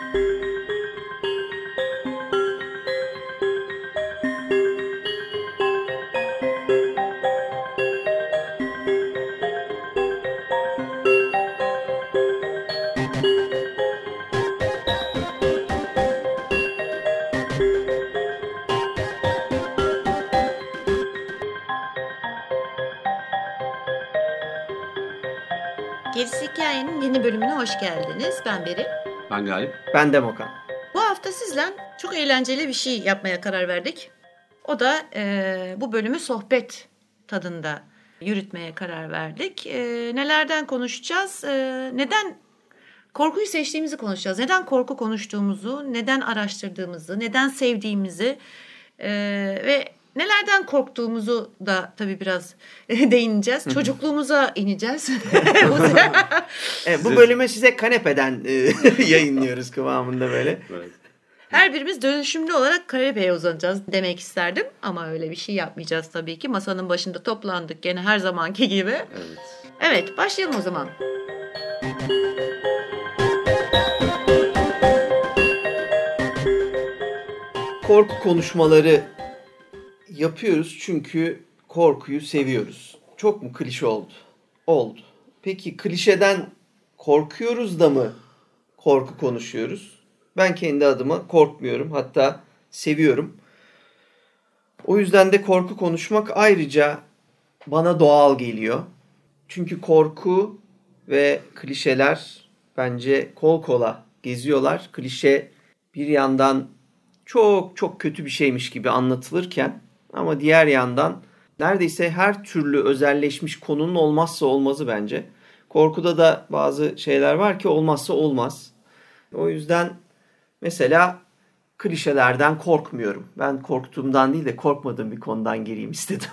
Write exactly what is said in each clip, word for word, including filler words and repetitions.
Gerisi Hikayenin yeni bölümüne hoş geldiniz. Ben Beril. Ben Galip. Ben de Mokan. Bu hafta sizle çok eğlenceli bir şey yapmaya karar verdik. O da e, bu bölümü sohbet tadında yürütmeye karar verdik. E, nelerden konuşacağız? E, neden korkuyu seçtiğimizi konuşacağız. Neden korku konuştuğumuzu, neden araştırdığımızı, neden sevdiğimizi e, ve nelerden korktuğumuzu da tabii biraz değineceğiz. Çocukluğumuza ineceğiz. Evet, bu bölümü size kanepeden yayınlıyoruz kıvamında böyle. Evet. Her birimiz dönüşümlü olarak kanepeye uzanacağız demek isterdim. Ama öyle bir şey yapmayacağız tabii ki. Masanın başında toplandık gene her zamanki gibi. Evet. Evet, başlayalım o zaman. Korku konuşmaları yapıyoruz çünkü korkuyu seviyoruz. Çok mu klişe oldu? Oldu. Peki klişeden korkuyoruz da mı korku konuşuyoruz? Ben kendi adıma korkmuyorum. Hatta seviyorum. O yüzden de korku konuşmak ayrıca bana doğal geliyor. Çünkü korku ve klişeler bence kol kola geziyorlar. Klişe bir yandan çok çok kötü bir şeymiş gibi anlatılırken ama diğer yandan neredeyse her türlü özelleşmiş konunun olmazsa olmazı bence. Korkuda da bazı şeyler var ki olmazsa olmaz. O yüzden mesela klişelerden korkmuyorum. Ben korktuğumdan değil de korkmadığım bir konudan gireyim istedim.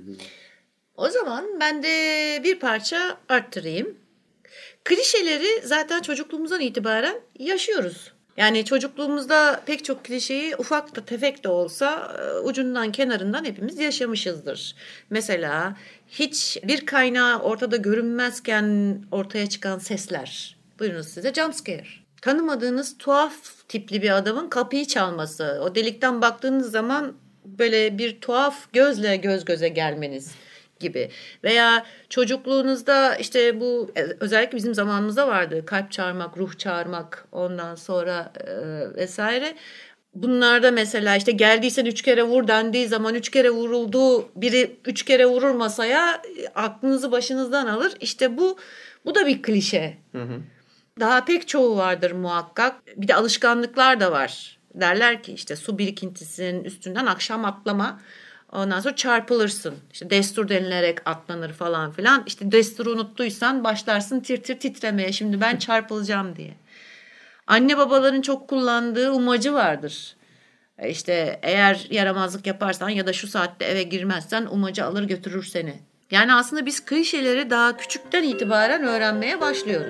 O zaman ben de bir parça arttırayım. Klişeleri zaten çocukluğumuzdan itibaren yaşıyoruz. Yani çocukluğumuzda pek çok klişeyi ufak da tefek de olsa ucundan kenarından hepimiz yaşamışızdır. Mesela hiç bir kaynağı ortada görünmezken ortaya çıkan sesler. Buyurunuz size jumpscare. Tanımadığınız tuhaf tipli bir adamın kapıyı çalması. O delikten baktığınız zaman böyle bir tuhaf gözle göz göze gelmeniz gibi. Veya çocukluğunuzda işte bu özellikle bizim zamanımızda vardı. Kalp çağırmak, ruh çağırmak, ondan sonra e, vesaire. Bunlarda mesela işte geldiysen üç kere vur dendiği zaman üç kere vurulduğu biri üç kere vurur masaya, aklınızı başınızdan alır. İşte bu bu da bir klişe. Hı hı. Daha pek çoğu vardır muhakkak. Bir de alışkanlıklar da var. Derler ki işte su birikintisinin üstünden akşam atlama. Ondan sonra çarpılırsın. İşte destur denilerek atlanır falan filan. İşte desturu unuttuysan başlarsın tir tir titremeye. Şimdi ben çarpılacağım diye. Anne babaların çok kullandığı umacı vardır. İşte eğer yaramazlık yaparsan ya da şu saatte eve girmezsen umacı alır götürür seni. Yani aslında biz klişeleri daha küçükten itibaren öğrenmeye başlıyoruz.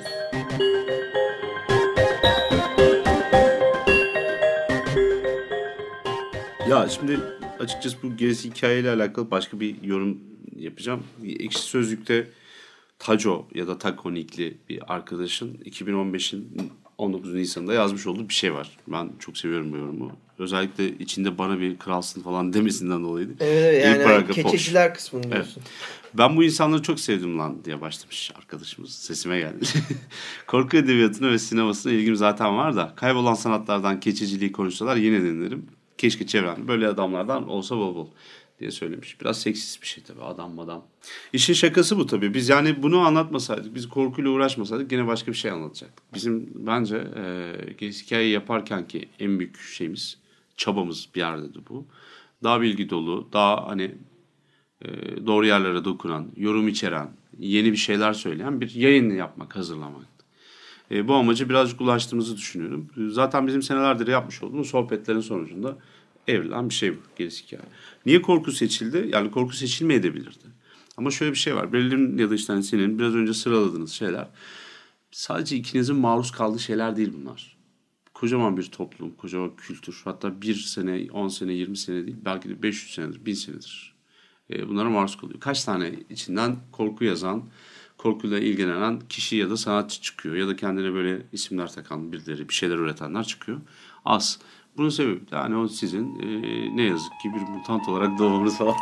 Ya şimdi açıkçası bu gerisi hikayeyle alakalı başka bir yorum yapacağım. Ekşi Sözlük'te Taco ya da Takonikli bir arkadaşın iki bin on beşin on dokuz Nisan'da yazmış olduğu bir şey var. Ben çok seviyorum bu yorumu. Özellikle içinde bana bir kralsın falan demesinden dolayıydı. Evet, yani keçeciler kısmını diyorsun. Evet. Ben bu insanları çok sevdim lan diye başlamış arkadaşımız. Sesime geldi. Korku edebiyatına ve sinemasına ilgim zaten var da kaybolan sanatlardan keçiciliği konuşsalar yine dinlerim. Keşke çevrem böyle adamlardan olsa bol bol diye söylemiş. Biraz seksist bir şey tabii, adam adam. İşin şakası bu tabii. Biz yani bunu anlatmasaydık, biz korkuyla uğraşmasaydık gene başka bir şey anlatacaktık. Bizim bence e, gerisi hikayeyi yaparken ki en büyük şeyimiz, çabamız bir yerde de bu. Daha bilgi dolu, daha hani e, doğru yerlere dokunan, yorum içeren, yeni bir şeyler söyleyen bir yayın yapmak, hazırlamak. E, bu amacı birazcık ulaştığımızı düşünüyorum. Zaten bizim senelerdir yapmış olduğumuz sohbetlerin sonucunda evrilen bir şey bu gerisi hikaye. Niye korku seçildi? Yani korku seçilmeyebilirdi. Ama şöyle bir şey var. Berlin'in ya da işte senin biraz önce sıraladığınız şeyler sadece ikinizin maruz kaldığı şeyler değil bunlar. Kocaman bir toplum, kocaman bir kültür. Hatta bir sene, on sene, yirmi sene değil, belki de beş yüz senedir, bin senedir. E, bunlara maruz kalıyor. Kaç tane içinden korku yazan, korkuyla ilgilenen kişi ya da sanatçı çıkıyor. Ya da kendine böyle isimler takan birileri, bir şeyler üretenler çıkıyor. Az. Bunun sebebi de hani o sizin e, ne yazık ki bir mutant olarak doğmanız falan.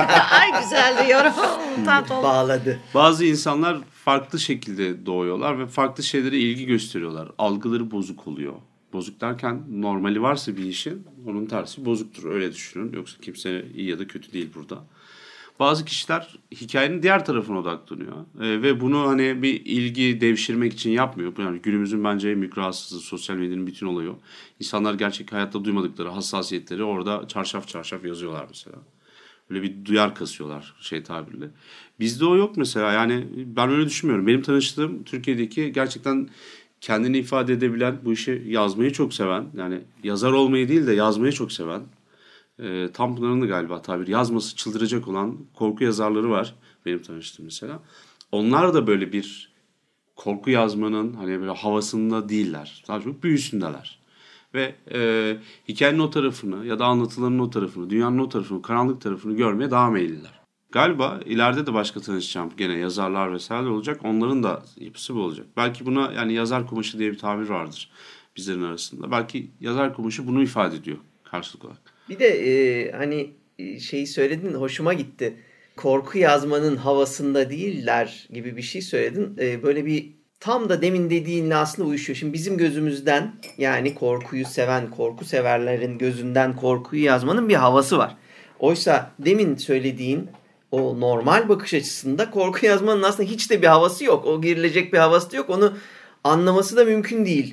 Ay güzel diyorum. Mutant ol. Bağladı. Bazı insanlar farklı şekilde doğuyorlar ve farklı şeylere ilgi gösteriyorlar. Algıları bozuk oluyor. Bozuk derken normali varsa bir işin onun tersi bozuktur. Öyle düşünün. Yoksa kimse iyi ya da kötü değil burada. Bazı kişiler hikayenin diğer tarafına odaklanıyor. Ee, ve bunu hani bir ilgi devşirmek için yapmıyor. Yani günümüzün bence en büyük rahatsızlığı sosyal medyanın bütün olayı o. İnsanlar gerçek hayatta duymadıkları hassasiyetleri orada çarşaf çarşaf yazıyorlar mesela. Böyle bir duyar kasıyorlar şey tabirle. Bizde o yok mesela. Yani ben öyle düşünmüyorum. Benim tanıştığım Türkiye'deki gerçekten kendini ifade edebilen, bu işi yazmayı çok seven, yani yazar olmayı değil de yazmayı çok seven, e, tam Pınar'ın galiba tabiri, yazması çıldıracak olan korku yazarları var benim tanıştığım mesela. Onlar da böyle bir korku yazmanın hani böyle havasında değiller. Daha çok büyüsündeler. Ve e, hikayenin o tarafını ya da anlatılanın o tarafını, dünyanın o tarafını, karanlık tarafını görmeye daha meyilliler. Galiba ileride de başka tanışacağım gene yazarlar vesaire olacak. Onların da yapısı bu olacak. Belki buna yani yazar kumaşı diye bir tabir vardır bizlerin arasında. Belki yazar kumaşı bunu ifade ediyor karşılık olarak. Bir de e, hani şeyi söyledin, hoşuma gitti. Korku yazmanın havasında değiller gibi bir şey söyledin. E, böyle bir tam da demin dediğinle aslında uyuşuyor. Şimdi bizim gözümüzden, yani korkuyu seven, korku severlerin gözünden korkuyu yazmanın bir havası var. Oysa demin söylediğin o normal bakış açısında korku yazmanın aslında hiç de bir havası yok. O girilecek bir havası da yok. Onu anlaması da mümkün değil.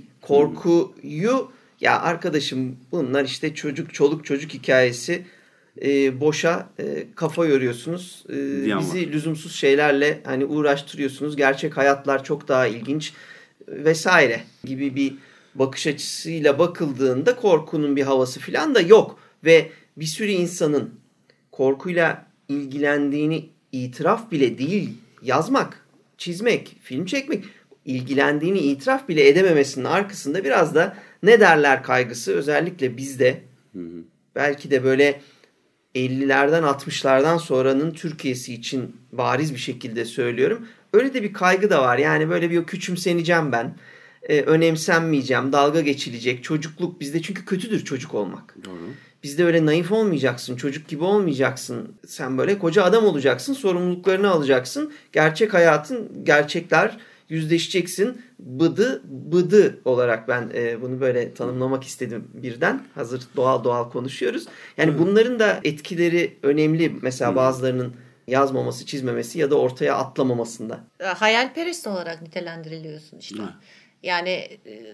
Korkuyu, ya arkadaşım bunlar işte çocuk, çoluk çocuk hikayesi, e, boşa e, kafa yoruyorsunuz. E, bizi lüzumsuz şeylerle hani uğraştırıyorsunuz. Gerçek hayatlar çok daha ilginç vesaire gibi bir bakış açısıyla bakıldığında korkunun bir havası falan da yok. Ve bir sürü insanın korkuyla ilgilendiğini itiraf bile değil, yazmak, çizmek, film çekmek, ilgilendiğini itiraf bile edememesinin arkasında biraz da ne derler kaygısı, özellikle bizde. Hı hı. Belki de böyle ellilerden altmışlardan sonranın Türkiye'si için bariz bir şekilde söylüyorum. Öyle de bir kaygı da var. Yani böyle bir küçümseneceğim ben. Ee, önemsenmeyeceğim. Dalga geçilecek. Çocukluk bizde çünkü kötüdür çocuk olmak. Doğru. Bizde öyle naif olmayacaksın. Çocuk gibi olmayacaksın. Sen böyle koca adam olacaksın. Sorumluluklarını alacaksın. Gerçek hayatın, gerçekler, yüzleşeceksin. Bıdı bıdı olarak ben e, bunu böyle tanımlamak istedim birden. Hazır doğal doğal konuşuyoruz. Yani hmm. bunların da etkileri önemli. Mesela hmm. bazılarının yazmaması, çizmemesi ya da ortaya atlamamasında. Hayalperest olarak nitelendiriliyorsun işte. Hmm. Yani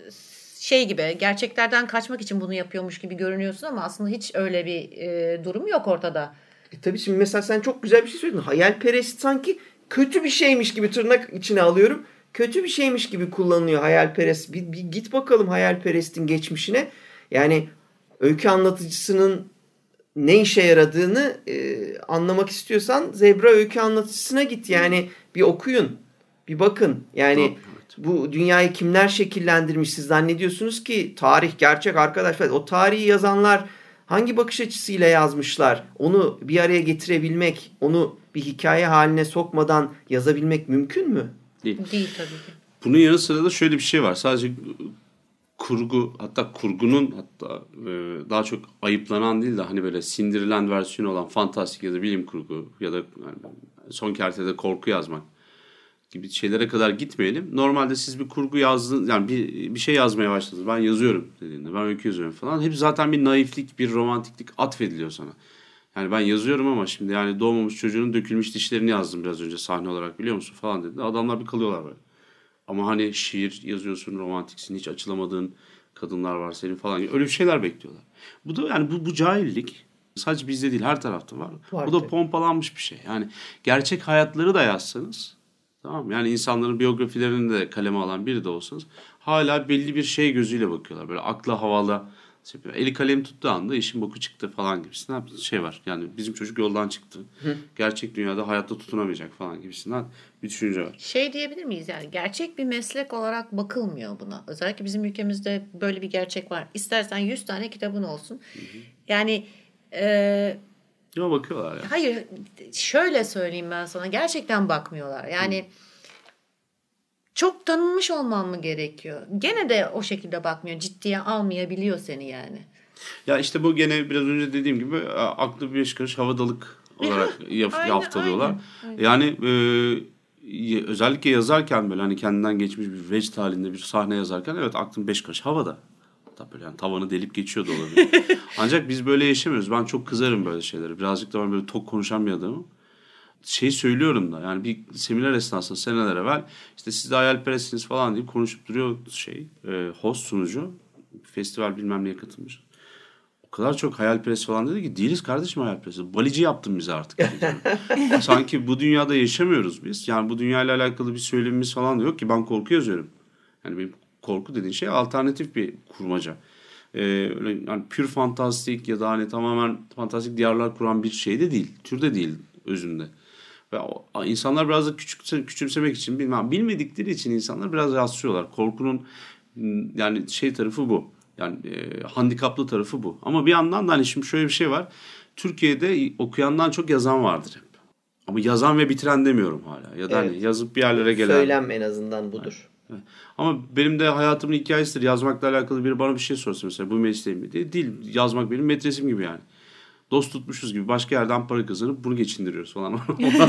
şey gibi, gerçeklerden kaçmak için bunu yapıyormuş gibi görünüyorsun ama aslında hiç öyle bir e, durum yok ortada. E tabii şimdi mesela sen çok güzel bir şey söyledin. Hayalperest sanki kötü bir şeymiş gibi, tırnak içine alıyorum. Kötü bir şeymiş gibi kullanılıyor hayalperest. Bir, bir git bakalım hayalperestin geçmişine. Yani öykü anlatıcısının ne işe yaradığını e, anlamak istiyorsan Zebra öykü anlatıcısına git. Yani bir okuyun, bir bakın. Yani evet. Bu dünyayı kimler şekillendirmiş? Siz zannediyorsunuz ki tarih gerçek arkadaş. O tarihi yazanlar hangi bakış açısıyla yazmışlar? Onu bir araya getirebilmek, onu bir hikaye haline sokmadan yazabilmek mümkün mü? Değil. Değil tabii ki. Bunun yanı sıra da şöyle bir şey var. Sadece kurgu, hatta kurgunun hatta e, daha çok ayıplanan değil de hani böyle sindirilen versiyonu olan fantastik ya da bilim kurgu ya da yani son kertede korku yazmak gibi şeylere kadar gitmeyelim. Normalde siz bir kurgu yazdınız, yani bir bir şey yazmaya başladınız. Ben yazıyorum dediğinde, ben öykü yazıyorum falan. Hep zaten bir naiflik, bir romantiklik atfediliyor sana. Yani ben yazıyorum ama şimdi yani doğmamış çocuğun dökülmüş dişlerini yazdım biraz önce sahne olarak, biliyor musun falan dedi. Adamlar bir kalıyorlar böyle. Ama hani şiir yazıyorsun, romantiksin, hiç açılamadığın kadınlar var senin falan. Öyle bir şeyler bekliyorlar. Bu da yani bu, bu cahillik sadece bizde değil, her tarafta var. var bu da pompalanmış bir şey. Yani gerçek hayatları da yazsanız, tamam, yani insanların biyografilerini de kaleme alan biri de olsanız hala belli bir şey gözüyle bakıyorlar. Böyle akla havala yapıyor. Eli kalem tuttuğu anda işin boku çıktı falan gibisinden bir şey var. Yani bizim çocuk yoldan çıktı. Hı. Gerçek dünyada hayatta tutunamayacak falan gibisinden bir düşünce var. Şey diyebilir miyiz, yani gerçek bir meslek olarak bakılmıyor buna. Özellikle bizim ülkemizde böyle bir gerçek var. İstersen yüz tane kitabın olsun. Hı hı. Yani e, ya bakıyorlar ya. Hayır, şöyle söyleyeyim ben sana. Gerçekten bakmıyorlar. Yani çok tanınmış olman mı gerekiyor? Gene de o şekilde bakmıyor. Ciddiye almayabiliyor seni yani. Ya işte bu gene biraz önce dediğim gibi aklı bir beş karış havadalık olarak yaf, aynen, yaftalıyorlar. aynen, aynen. Yani e, özellikle yazarken böyle hani kendinden geçmiş bir vecd halinde bir sahne yazarken evet aklım beş karış havada. Hatta böyle yani tavanı delip geçiyor da olabilir. Ancak biz böyle yaşamıyoruz. Ben çok kızarım böyle şeylere. Birazcık da ben böyle tok konuşan bir adamım. Şey söylüyorum da yani bir seminer esnasında seneler evvel işte siz de hayalperestsiniz falan deyip konuşup duruyor şey e, host sunucu festival bilmem neye katılmış. O kadar çok hayalperest falan dedi ki değiliz kardeşim hayalperest. Balici yaptın bizi artık. Yani. Sanki bu dünyada yaşamıyoruz biz. Yani bu dünyayla alakalı bir söylemimiz falan da yok ki ben korku yazıyorum. Yani benim korku dediğin şey alternatif bir kurmaca. Ee, öyle yani pür fantastik ya da hani tamamen fantastik diyarlar kuran bir şey de değil. Türde değil özünde. Ve o, insanlar biraz da küçük, küçümsemek için bilmem bilmedikleri için insanlar biraz rastlıyorlar. Korkunun yani şey tarafı bu. Yani e, handikaplı tarafı bu. Ama bir yandan da hani şimdi şöyle bir şey var. Türkiye'de okuyandan çok yazan vardır hep. Ama yazan ve bitiren demiyorum hala. Ya da evet. Hani yazıp bir yerlere gelen. Söylem en azından budur. Evet. Ama benim de hayatımın hikayesidir. Yazmakla alakalı biri bana bir şey sorsa mesela bu mesleğim mi diye. Değil. Yazmak benim metresim gibi yani. Dost tutmuşuz gibi başka yerden para kazanıp bunu geçindiriyoruz falan.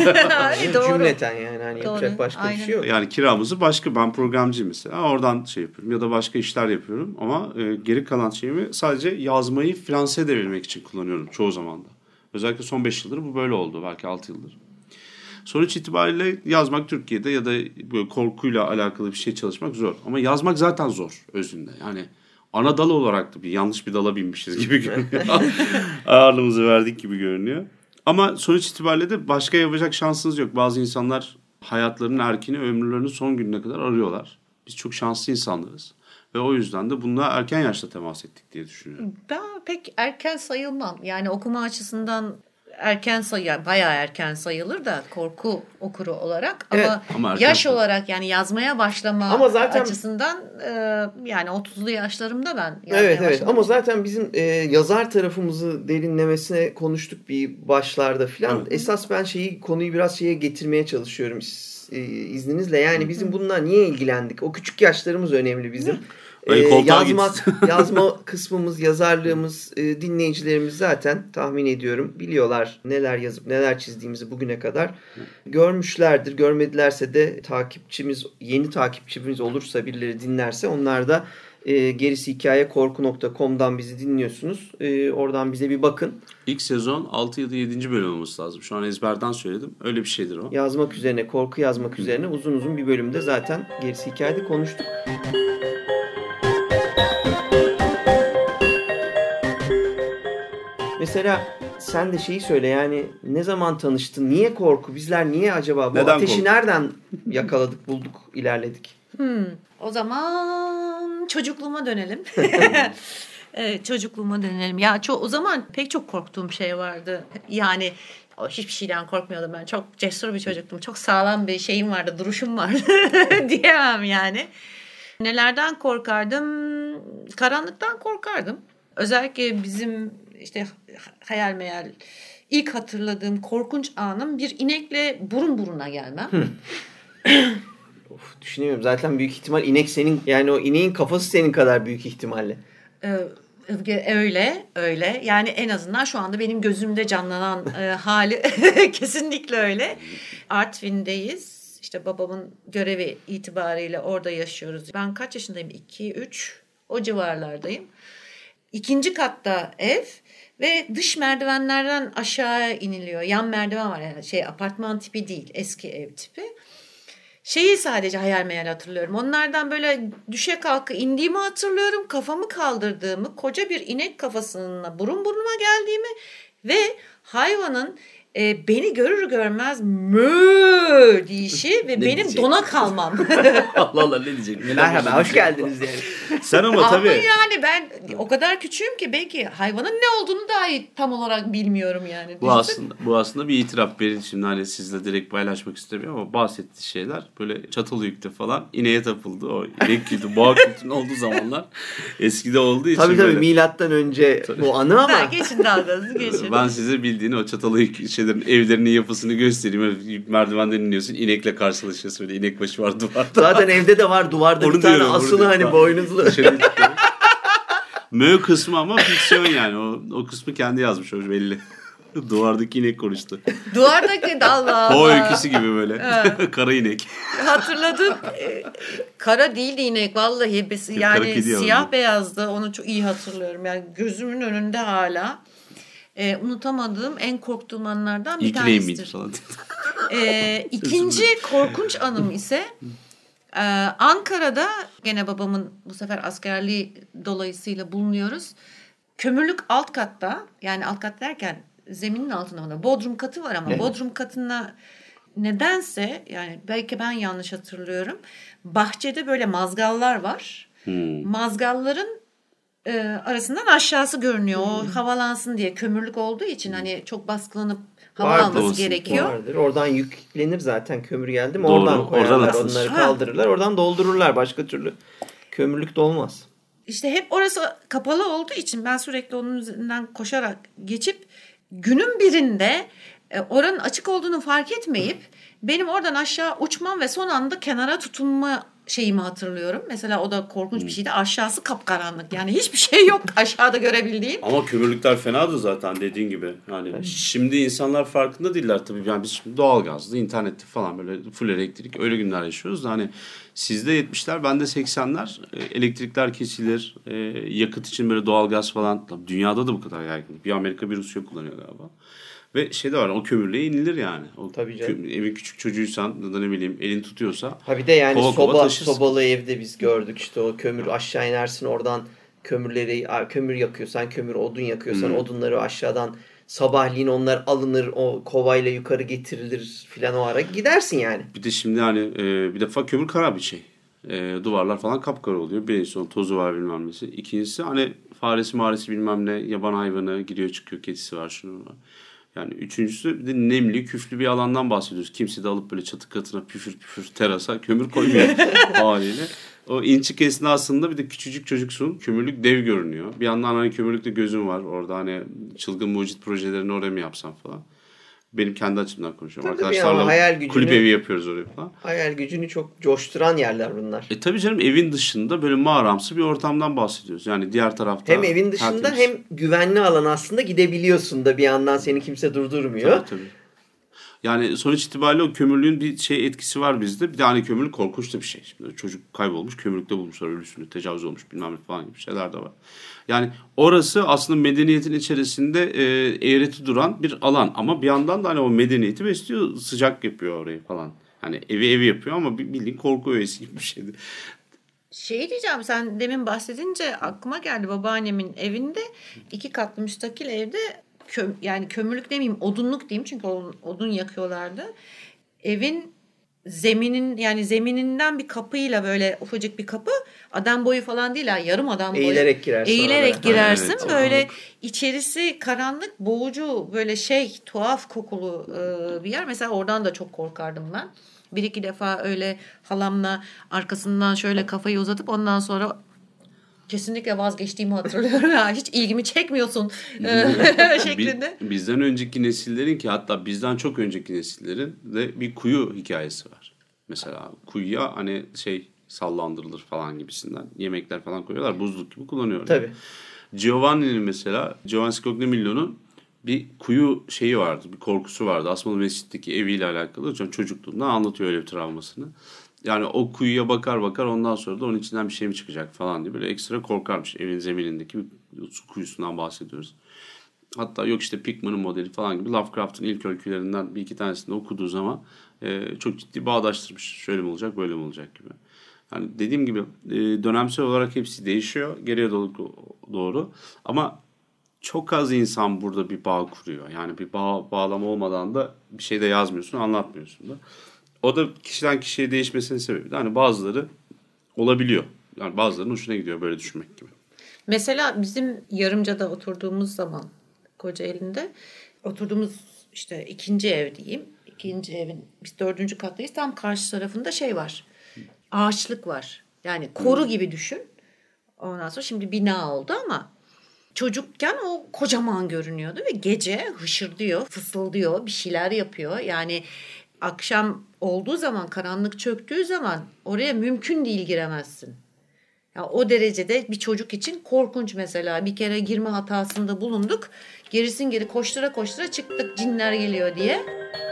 Cümleten yani hani yapacak başka Aynen. bir şey yok. Yani kiramızı başka ben programcıyım mesela oradan şey yapıyorum ya da başka işler yapıyorum ama e, geri kalan şeyimi sadece yazmayı finanse edebilmek için kullanıyorum çoğu zaman da. Özellikle son beş yıldır bu böyle oldu belki altı yıldır. Sonuç itibariyle yazmak Türkiye'de ya da böyle korkuyla alakalı bir şey çalışmak zor. Ama yazmak zaten zor özünde yani. Ana dal olarak da bir yanlış bir dala binmişiz gibi görünüyor. Ağırlığımızı verdik gibi görünüyor. Ama sonuç itibariyle de başka yapacak şansınız yok. Bazı insanlar hayatlarının erkini, ömürlerinin son gününe kadar arıyorlar. Biz çok şanslı insanlarız. Ve o yüzden de bununla erken yaşta temas ettik diye düşünüyorum. Ben pek erken sayılmam. Yani okuma açısından erken sayı, bayağı erken sayılır da korku okuru olarak ama, evet, ama yaş sayı. Olarak yani yazmaya başlama ama zaten, açısından e, yani otuzlu yaşlarımda ben yazmaya evet, başladım. Evet ama zaten bizim e, yazar tarafımızı derinlemesine konuştuk bir başlarda filan. Evet. Esas ben şeyi konuyu biraz şeye getirmeye çalışıyorum e, izninizle. Yani bizim bununla niye ilgilendik? O küçük yaşlarımız önemli bizim. Ee, yazmak, yazma kısmımız, yazarlığımız, e, dinleyicilerimiz zaten tahmin ediyorum biliyorlar neler yazıp neler çizdiğimizi bugüne kadar görmüşlerdir. Görmedilerse de takipçimiz, yeni takipçimiz olursa birileri dinlerse onlar da e, gerisi hikaye korku nokta com'dan bizi dinliyorsunuz. E, oradan bize bir bakın. İlk sezon altı ya da yedinci bölüm olması lazım. Şu an ezberden söyledim. Öyle bir şeydir o. Yazmak üzerine, korku yazmak üzerine uzun uzun bir bölümde zaten gerisi hikayede konuştuk. Mesela sen de şeyi söyle yani ne zaman tanıştın? Niye korku? Bizler niye acaba bu Neden ateşi korku? Nereden yakaladık, bulduk, ilerledik? Hmm, o zaman çocukluğuma dönelim. Evet, çocukluğuma dönelim. Ya ço- o zaman pek çok korktuğum şey vardı. Yani o hiçbir şeyden korkmuyordum ben. Çok cesur bir çocuktum. Çok sağlam bir şeyim vardı, duruşum vardı diyemem yani. Nelerden korkardım? Karanlıktan korkardım. Özellikle bizim işte hayal meyal ilk hatırladığım korkunç anım bir inekle burun buruna gelmem. Of, düşünüyorum zaten büyük ihtimal inek senin yani o ineğin kafası senin kadar büyük ihtimalle. Ee, öyle öyle yani en azından şu anda benim gözümde canlanan e, hali kesinlikle öyle. Artvin'deyiz. İşte babamın görevi itibariyle orada yaşıyoruz. Ben kaç yaşındayım? iki üç o civarlardayım. İkinci katta ev ve dış merdivenlerden aşağı iniliyor. Yan merdiven var yani şey apartman tipi değil, eski ev tipi. Şeyi sadece hayal meyal hatırlıyorum. Onlardan böyle düşe kalka indiğimi hatırlıyorum. Kafamı kaldırdığımı, koca bir inek kafasına burun burnuma geldiğimi ve hayvanın e, beni görür görmez mö diyişi ve benim diyecek? Dona kalmam. Allah Allah ne diyecek? Merhaba hoş geldiniz yani. Sen ama tabii. Ama yani ben o kadar küçüğüm ki belki hayvanın ne olduğunu dahi tam olarak bilmiyorum yani. Bu aslında bu aslında bir itiraf. Benim şimdi hani sizle direkt paylaşmak istemiyorum ama bahsettiği şeyler böyle Çatalhöyük'te falan ineğe tapıldı. O inek kültü, boğa kültürünün olduğu zamanlar eskide olduğu için. Tabii tabii böyle... milattan önce bu anı ama. Ha, geçin dalgası geçin. Ben size bildiğini o Çatalhöyük klişelerin evlerinin yapısını göstereyim. Öyle merdivenden iniyorsun, inekle karşılaşıyorsun. Böyle inek başı var duvarda. Zaten evde de var duvarda onu bir tane diyorum, asılı hani bak, boynuzlu. Mö kısmı ama fiksiyon yani. O, o kısmı kendi yazmış o belli. Duvardaki inek konuştu. Duvardaki Allah O öyküsü gibi böyle. Kara inek. Hatırladım. Kara değildi inek vallahi. Yani siyah aldım. Beyazdı. Onu çok iyi hatırlıyorum. Yani gözümün önünde hala. Ee, unutamadığım, en korktuğum anlardan bir İlk tanesidir. Falan. ee, ikinci korkunç anım ise e, Ankara'da gene babamın bu sefer askerliği dolayısıyla bulunuyoruz. Kömürlük alt katta, yani alt kat derken zeminin altında mı? Bodrum katı var ama evet. Bodrum katında nedense, yani belki ben yanlış hatırlıyorum, bahçede böyle mazgallar var. Hmm. Mazgalların e, arasından aşağısı görünüyor. Hmm. O havalansın diye, kömürlük olduğu için hani çok baskılanıp hava vardır, alması olsun, gerekiyor. Vardır. Oradan yüklenir zaten, kömür geldi mi Doğru, oradan koyarlar, oradan onları ha. kaldırırlar. Oradan doldururlar. Başka türlü kömürlük de olmaz. İşte hep orası kapalı olduğu için ben sürekli onun üzerinden koşarak geçip günün birinde e, oranın açık olduğunu fark etmeyip benim oradan aşağı uçmam ve son anda kenara tutunma şeyimi hatırlıyorum. Mesela o da korkunç bir şeydi. Aşağısı kapkaranlık. Yani hiçbir şey yok aşağıda görebildiğim. Ama kömürlükler fenadı zaten dediğin gibi. Yani evet. Şimdi insanlar farkında değiller tabii. Yani biz şimdi doğalgazlı, internette falan böyle full elektrik öyle günler yaşıyoruz da hani sizde yetmişler, bende seksenler elektrikler kesilir. Yakıt için böyle doğalgaz falan. Dünyada da bu kadar yaygın. Bir Amerika bir Rusya kullanıyor galiba. Ve şey de var, o kömürlüğe inilir yani. O Tabii canım. Kö- evin küçük çocuğuysan ya da ne bileyim elin tutuyorsa. Ha bir de yani kova, soba, kova sobalı evde biz gördük işte o kömür aşağı inersin oradan kömürleri, kömür yakıyorsan kömür, odun yakıyorsan hmm. odunları aşağıdan sabahleyin onlar alınır, o kovayla yukarı getirilir filan, o ara gidersin yani. Bir de şimdi hani e, bir defa kömür kara bir şey. E, duvarlar falan kapkara oluyor. Birincisi onun tozu var bilmem nesi. İkincisi hani faresi maresi bilmem ne yaban hayvanı giriyor çıkıyor, kedisi var şunu var. Yani üçüncüsü bir de nemli, küflü bir alandan bahsediyoruz. Kimse de alıp böyle çatı katına püfür püfür terasa kömür koymuyor haliyle. O inçik esnasında bir de küçücük çocuksun. Kömürlük dev görünüyor. Bir yandan hani kömürlükte gözüm var. Orada hani çılgın mucit projelerini oraya mı yapsam falan. Benim kendi açımdan konuşuyorum. Tabii arkadaşlarla gücünü, kulüp evi yapıyoruz oraya falan. Hayal gücünü çok coşturan yerler bunlar. E tabii canım, evin dışında böyle mağaramsı bir ortamdan bahsediyoruz. Yani diğer tarafta... Hem evin dışında tertemiz, hem güvenli alan aslında gidebiliyorsun da bir yandan seni kimse durdurmuyor. Tabii tabii. Yani sonuç itibariyle o kömürlüğün bir şey etkisi var bizde. Bir de hani kömürlük korkunç da bir şey. Şimdi çocuk kaybolmuş, kömürlükte bulmuşlar, ölüsünü, tecavüz olmuş bilmem ne falan gibi şeyler de var. Yani orası aslında medeniyetin içerisinde e, eğreti duran bir alan. Ama bir yandan da hani o medeniyeti besliyor, sıcak yapıyor orayı falan. Hani evi evi yapıyor ama bildiğin korku öğesi gibi bir şeydi. Şey diyeceğim, sen demin bahsedince aklıma geldi, babaannemin evinde iki katlı müstakil evde Kö, yani kömürlük demeyeyim, odunluk diyeyim çünkü odun yakıyorlardı. Evin zeminin, yani zemininden bir kapıyla, böyle ufacık bir kapı, adam boyu falan değil ha, yarım adam boyu. Eğilerek girersin. Eğilerek girersin. Evet, böyle karanlık. İçerisi karanlık, boğucu, böyle şey tuhaf kokulu e, bir yer. Mesela oradan da çok korkardım ben. Bir iki defa öyle halamla arkasından şöyle kafayı uzatıp ondan sonra kesinlikle vazgeçtiğimi hatırlıyorum. Ya, hiç ilgimi çekmiyorsun şeklinde. Bizden önceki nesillerin, ki hatta bizden çok önceki nesillerin de bir kuyu hikayesi var. Mesela kuyuya hani şey sallandırılır falan gibisinden. Yemekler falan koyuyorlar. Buzluk gibi kullanıyorlar. Tabii. Giovanni'nin mesela, Giovanni Scognamilo'nun bir kuyu şeyi vardı. Bir korkusu vardı. Asmalı Mescid'deki eviyle alakalı. Çocukluğundan anlatıyor öyle bir travmasını. Yani o kuyuya bakar bakar ondan sonra da onun içinden bir şey mi çıkacak falan diye böyle ekstra korkarmış. Evin zeminindeki bir su kuyusundan bahsediyoruz. Hatta yok işte Pickman'ın modeli falan gibi Lovecraft'ın ilk öykülerinden bir iki tanesini okuduğu zaman e, çok ciddi bağdaştırmış. Şöyle mi olacak, böyle mi olacak gibi. Yani dediğim gibi e, dönemsel olarak hepsi değişiyor. Geriye doğru, doğru. Ama çok az insan burada bir bağ kuruyor. Yani bir bağ, bağlama olmadan da bir şey de yazmıyorsun, anlatmıyorsun da. O da kişiden kişiye değişmesinin sebebi de hani bazıları olabiliyor. Yani bazılarının hoşuna gidiyor böyle düşünmek gibi. Mesela bizim Yarımca'da oturduğumuz zaman, Kocaeli'nde oturduğumuz işte ikinci ev diyeyim. İkinci evin, biz dördüncü kattayız. Tam karşı tarafında şey var. Ağaçlık var. Yani koru gibi düşün. Ondan sonra şimdi bina oldu ama Çocukken o kocaman görünüyordu ve gece hışırdıyor, fısıldıyor, bir şeyler yapıyor. Yani akşam olduğu zaman, karanlık çöktüğü zaman oraya mümkün değil giremezsin. Ya o derecede bir çocuk için korkunç mesela. Bir kere girme hatasında bulunduk. Gerisin geri koştura koştura çıktık cinler geliyor diye.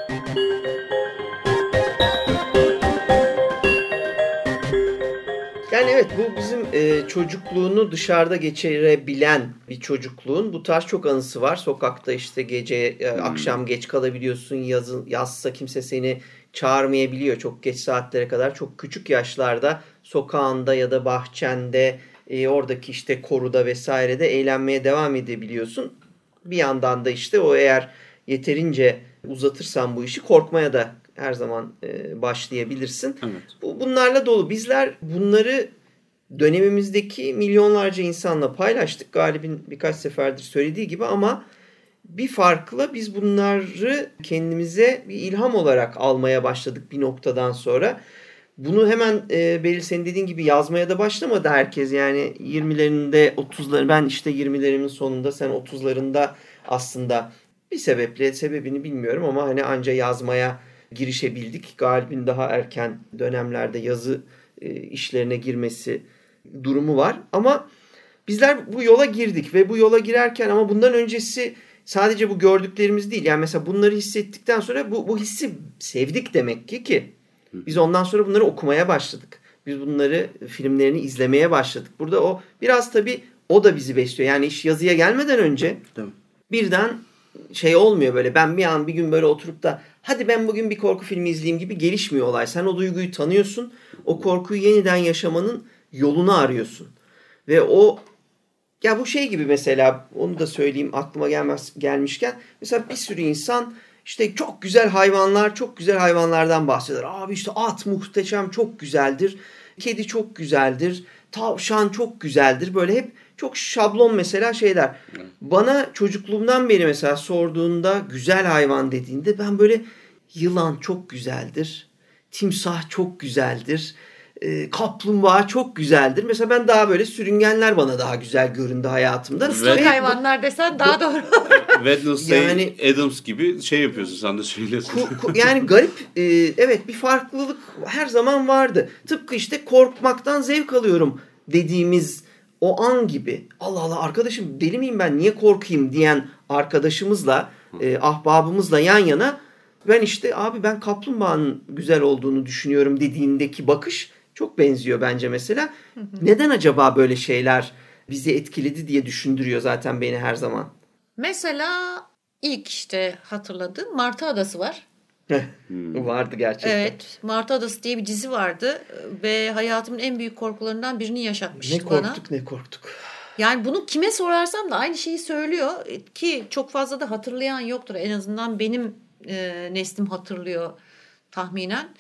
Yani evet, bu bizim e, çocukluğunu dışarıda geçirebilen bir çocukluğun bu tarz çok anısı var. Sokakta işte gece, e, hmm. akşam geç kalabiliyorsun. Yazın, yazsa kimse seni çağırmayabiliyor çok geç saatlere kadar. Çok küçük yaşlarda sokağında ya da bahçende, e, oradaki işte koruda vesairede eğlenmeye devam edebiliyorsun. Bir yandan da işte o eğer yeterince uzatırsan bu işi korkmaya da her zaman e, başlayabilirsin. Evet. Bu, bunlarla dolu. Bizler bunları dönemimizdeki milyonlarca insanla paylaştık. Galip'in birkaç seferdir söylediği gibi ama bir farkla biz bunları kendimize bir ilham olarak almaya başladık bir noktadan sonra. Bunu hemen e, Beril senin dediğin gibi yazmaya da başlamadı herkes. Yani yirmilerinde, otuzları, ben işte yirmilerimin sonunda, sen otuzlarında aslında bir sebeple, sebebini bilmiyorum ama hani anca yazmaya girişebildik. Galip'in daha erken dönemlerde yazı e, işlerine girmesi durumu var. Ama bizler bu yola girdik ve bu yola girerken ama bundan öncesi sadece bu gördüklerimiz değil. Yani mesela bunları hissettikten sonra bu, bu hissi sevdik demek ki ki biz ondan sonra bunları okumaya başladık. Biz bunları, filmlerini izlemeye başladık. Burada o biraz tabii o da bizi besliyor. Yani iş yazıya gelmeden önce Tabii. birden şey olmuyor böyle. Ben bir an bir gün böyle oturup da hadi ben bugün bir korku filmi izleyeyim gibi gelişmiyor olay. Sen o duyguyu tanıyorsun. O korkuyu yeniden yaşamanın yolunu arıyorsun. Ve o, ya bu şey gibi mesela, onu da söyleyeyim aklıma gelmez, gelmişken. Mesela bir sürü insan işte çok güzel hayvanlar, çok güzel hayvanlardan bahsediyor. Abi işte at muhteşem, çok güzeldir. Kedi çok güzeldir. Tavşan çok güzeldir. Böyle hep çok şablon mesela şeyler. Bana çocukluğumdan beri mesela sorduğunda güzel hayvan dediğinde ben böyle yılan çok güzeldir. Timsah çok güzeldir. E, kaplumbağa çok güzeldir. Mesela ben daha böyle sürüngenler bana daha güzel göründü hayatımda. Islak hayvanlar desen daha doğru. Wednesday yani, Addams gibi şey yapıyorsun, sen de söylüyorsun. Ku, ku, yani garip, e, evet bir farklılık her zaman vardı. Tıpkı işte korkmaktan zevk alıyorum dediğimiz o an gibi. Allah Allah arkadaşım deli miyim ben, niye korkayım diyen arkadaşımızla, e, ahbabımızla yan yana ben işte abi ben kaplumbağanın güzel olduğunu düşünüyorum dediğindeki bakış çok benziyor bence mesela. Hı hı. Neden acaba böyle şeyler bizi etkiledi diye düşündürüyor zaten beni her zaman. Mesela ilk işte hatırladığım Martı Adası var. hmm. Vardı gerçekten. Evet, Martı Adası diye bir dizi vardı ve hayatımın en büyük korkularından birini yaşatmıştı ne bana. Ne korktuk ne korktuk. Yani bunu kime sorarsam da aynı şeyi söylüyor ki çok fazla da hatırlayan yoktur. En azından benim e, neslim hatırlıyor tahminen.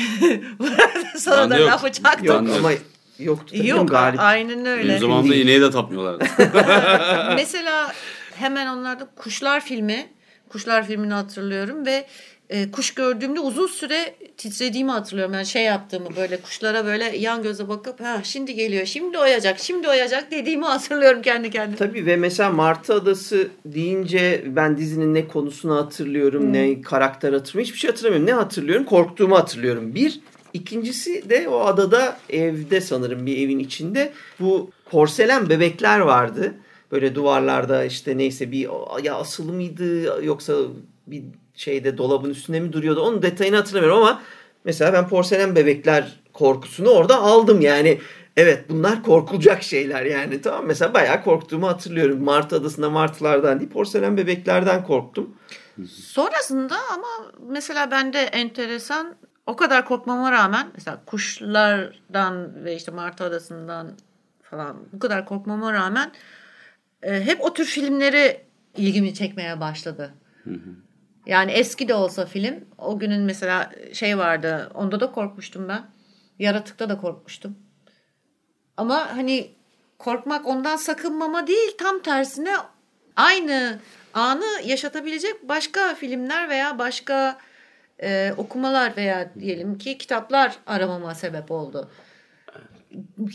Sana da laf açacaktım. Yok ama yoktu. Yok Galip. Aynen öyle. Benim zamanımda ineğe de tapmıyorlardı. Mesela hemen onlarda Kuşlar filmi. Kuşlar filmini hatırlıyorum ve e, kuş gördüğümde uzun süre titrediğimi hatırlıyorum. Yani şey yaptığımı, böyle kuşlara böyle yan göze bakıp ha şimdi geliyor, şimdi oyacak, şimdi oyacak dediğimi hatırlıyorum kendi kendime. Tabii ve mesela Martı Adası deyince ben dizinin ne konusunu hatırlıyorum, hmm. ne karakter hatırlıyorum, hiçbir şey hatırlamıyorum. Ne hatırlıyorum? Korktuğumu hatırlıyorum. Bir. İkincisi de o adada, evde sanırım bir evin içinde bu porselen bebekler vardı. Böyle duvarlarda işte neyse bir ya asılı mıydı yoksa bir şeyde dolabın üstünde mi duruyordu? Onun detayını hatırlamıyorum ama mesela ben porselen bebekler korkusunu orada aldım yani. Evet bunlar korkulacak şeyler yani, tamam. Mesela bayağı korktuğumu hatırlıyorum. Martı Adası'nda martılardan değil, porselen bebeklerden korktum. Sonrasında ama mesela bende enteresan, o kadar korkmama rağmen mesela kuşlardan ve işte Martı Adası'ndan falan bu kadar korkmama rağmen e, hep o tür filmleri ilgimi çekmeye başladı. Hı hı. Yani eski de olsa film, o günün mesela şey vardı, onda da korkmuştum ben. Yaratık'ta da korkmuştum. Ama hani korkmak ondan sakınmama değil, tam tersine aynı anı yaşatabilecek başka filmler veya başka e, okumalar veya diyelim ki kitaplar aramama sebep oldu.